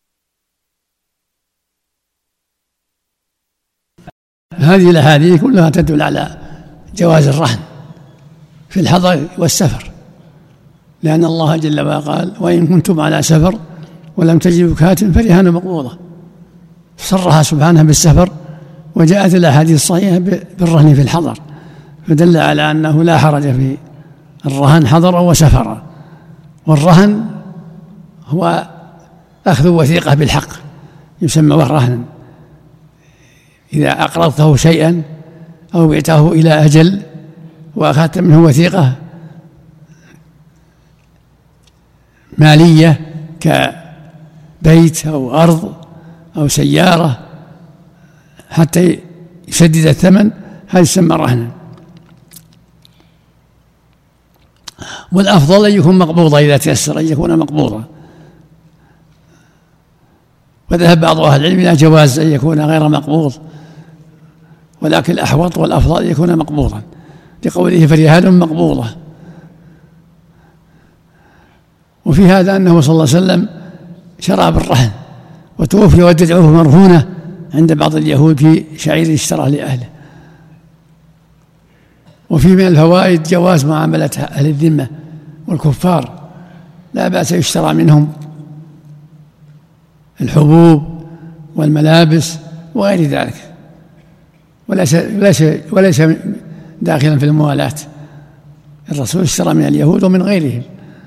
هذه الأحاديث كلها تدل على جواز الرهن في الحضر والسفر، لأن الله جل وعلا قال: وإن كنتم على سفر ولم تجدوا كاتب فرهان مقبوضة. صرها سبحانه بالسفر، وجاءت الأحاديث الصحيحة بالرهن في الحضر، فدل على أنه لا حرج في الرهن حضرا وسفرا. والرهن هو أخذ وثيقة بالحق، يسمى رهنا. إذا أقرضته شيئا أو بعته إلى أجل وأخذت منه وثيقة مالية كبيت أو أرض أو سيارة حتى يسدد الثمن، هذا يسمى رهنا. والأفضل أن يكون مقبوضا إذا تيسر أن يكون مقبوضا، وذهب بعض أهل العلم إلى جواز أن يكون غير مقبوض، ولكن الأحوط والأفضل أن يكون مقبوضا، لقوله: فرهان مقبوضة. وفي هذا أنه صلى الله عليه وسلم شرع بالرهن، وتوفي ودعوه مرهونة عند بعض اليهود في شعير اشتراه لأهله. وفي من الفوائد جواز معاملة أهل الذمة والكفار، لا بأس يشترى منهم الحبوب والملابس وغير ذلك، وليس داخلا في الموالاة. الرسول اشترى من اليهود ومن غيرهم.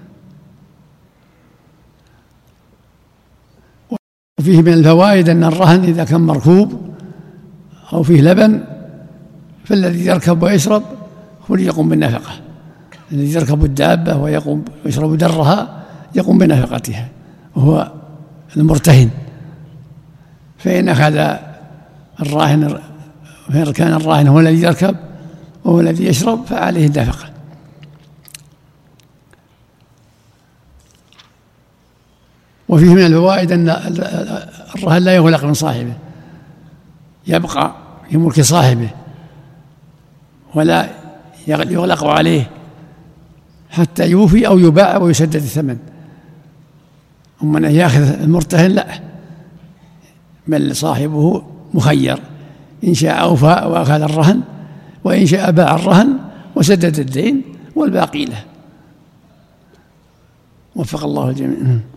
وفيه من الفوائد أن الرهن إذا كان مركوب أو فيه لبن فالذي يركب ويشرب هو اللي يقوم بالنفقة. الذي يركب الدابة ويشرب درها يقوم بنفقتها، وهو المرتهن. فإن أخذ الراهن، فإن كان الراهن هو الذي يركب وهو الذي يشرب فعليه النفقة. وفيه من الفوائد أن الرهن لا يغلق من صاحبه، يبقى في ملك صاحبه ولا يغلق عليه حتى يوفي أو يباع ويسدد الثمن. أما أن يأخذ المرتهن لا، بل صاحبه مخير، إن شاء أوفى وأخذ الرهن، وإن شاء باع الرهن وسدد الدين والباقي له. وفق الله الجميع.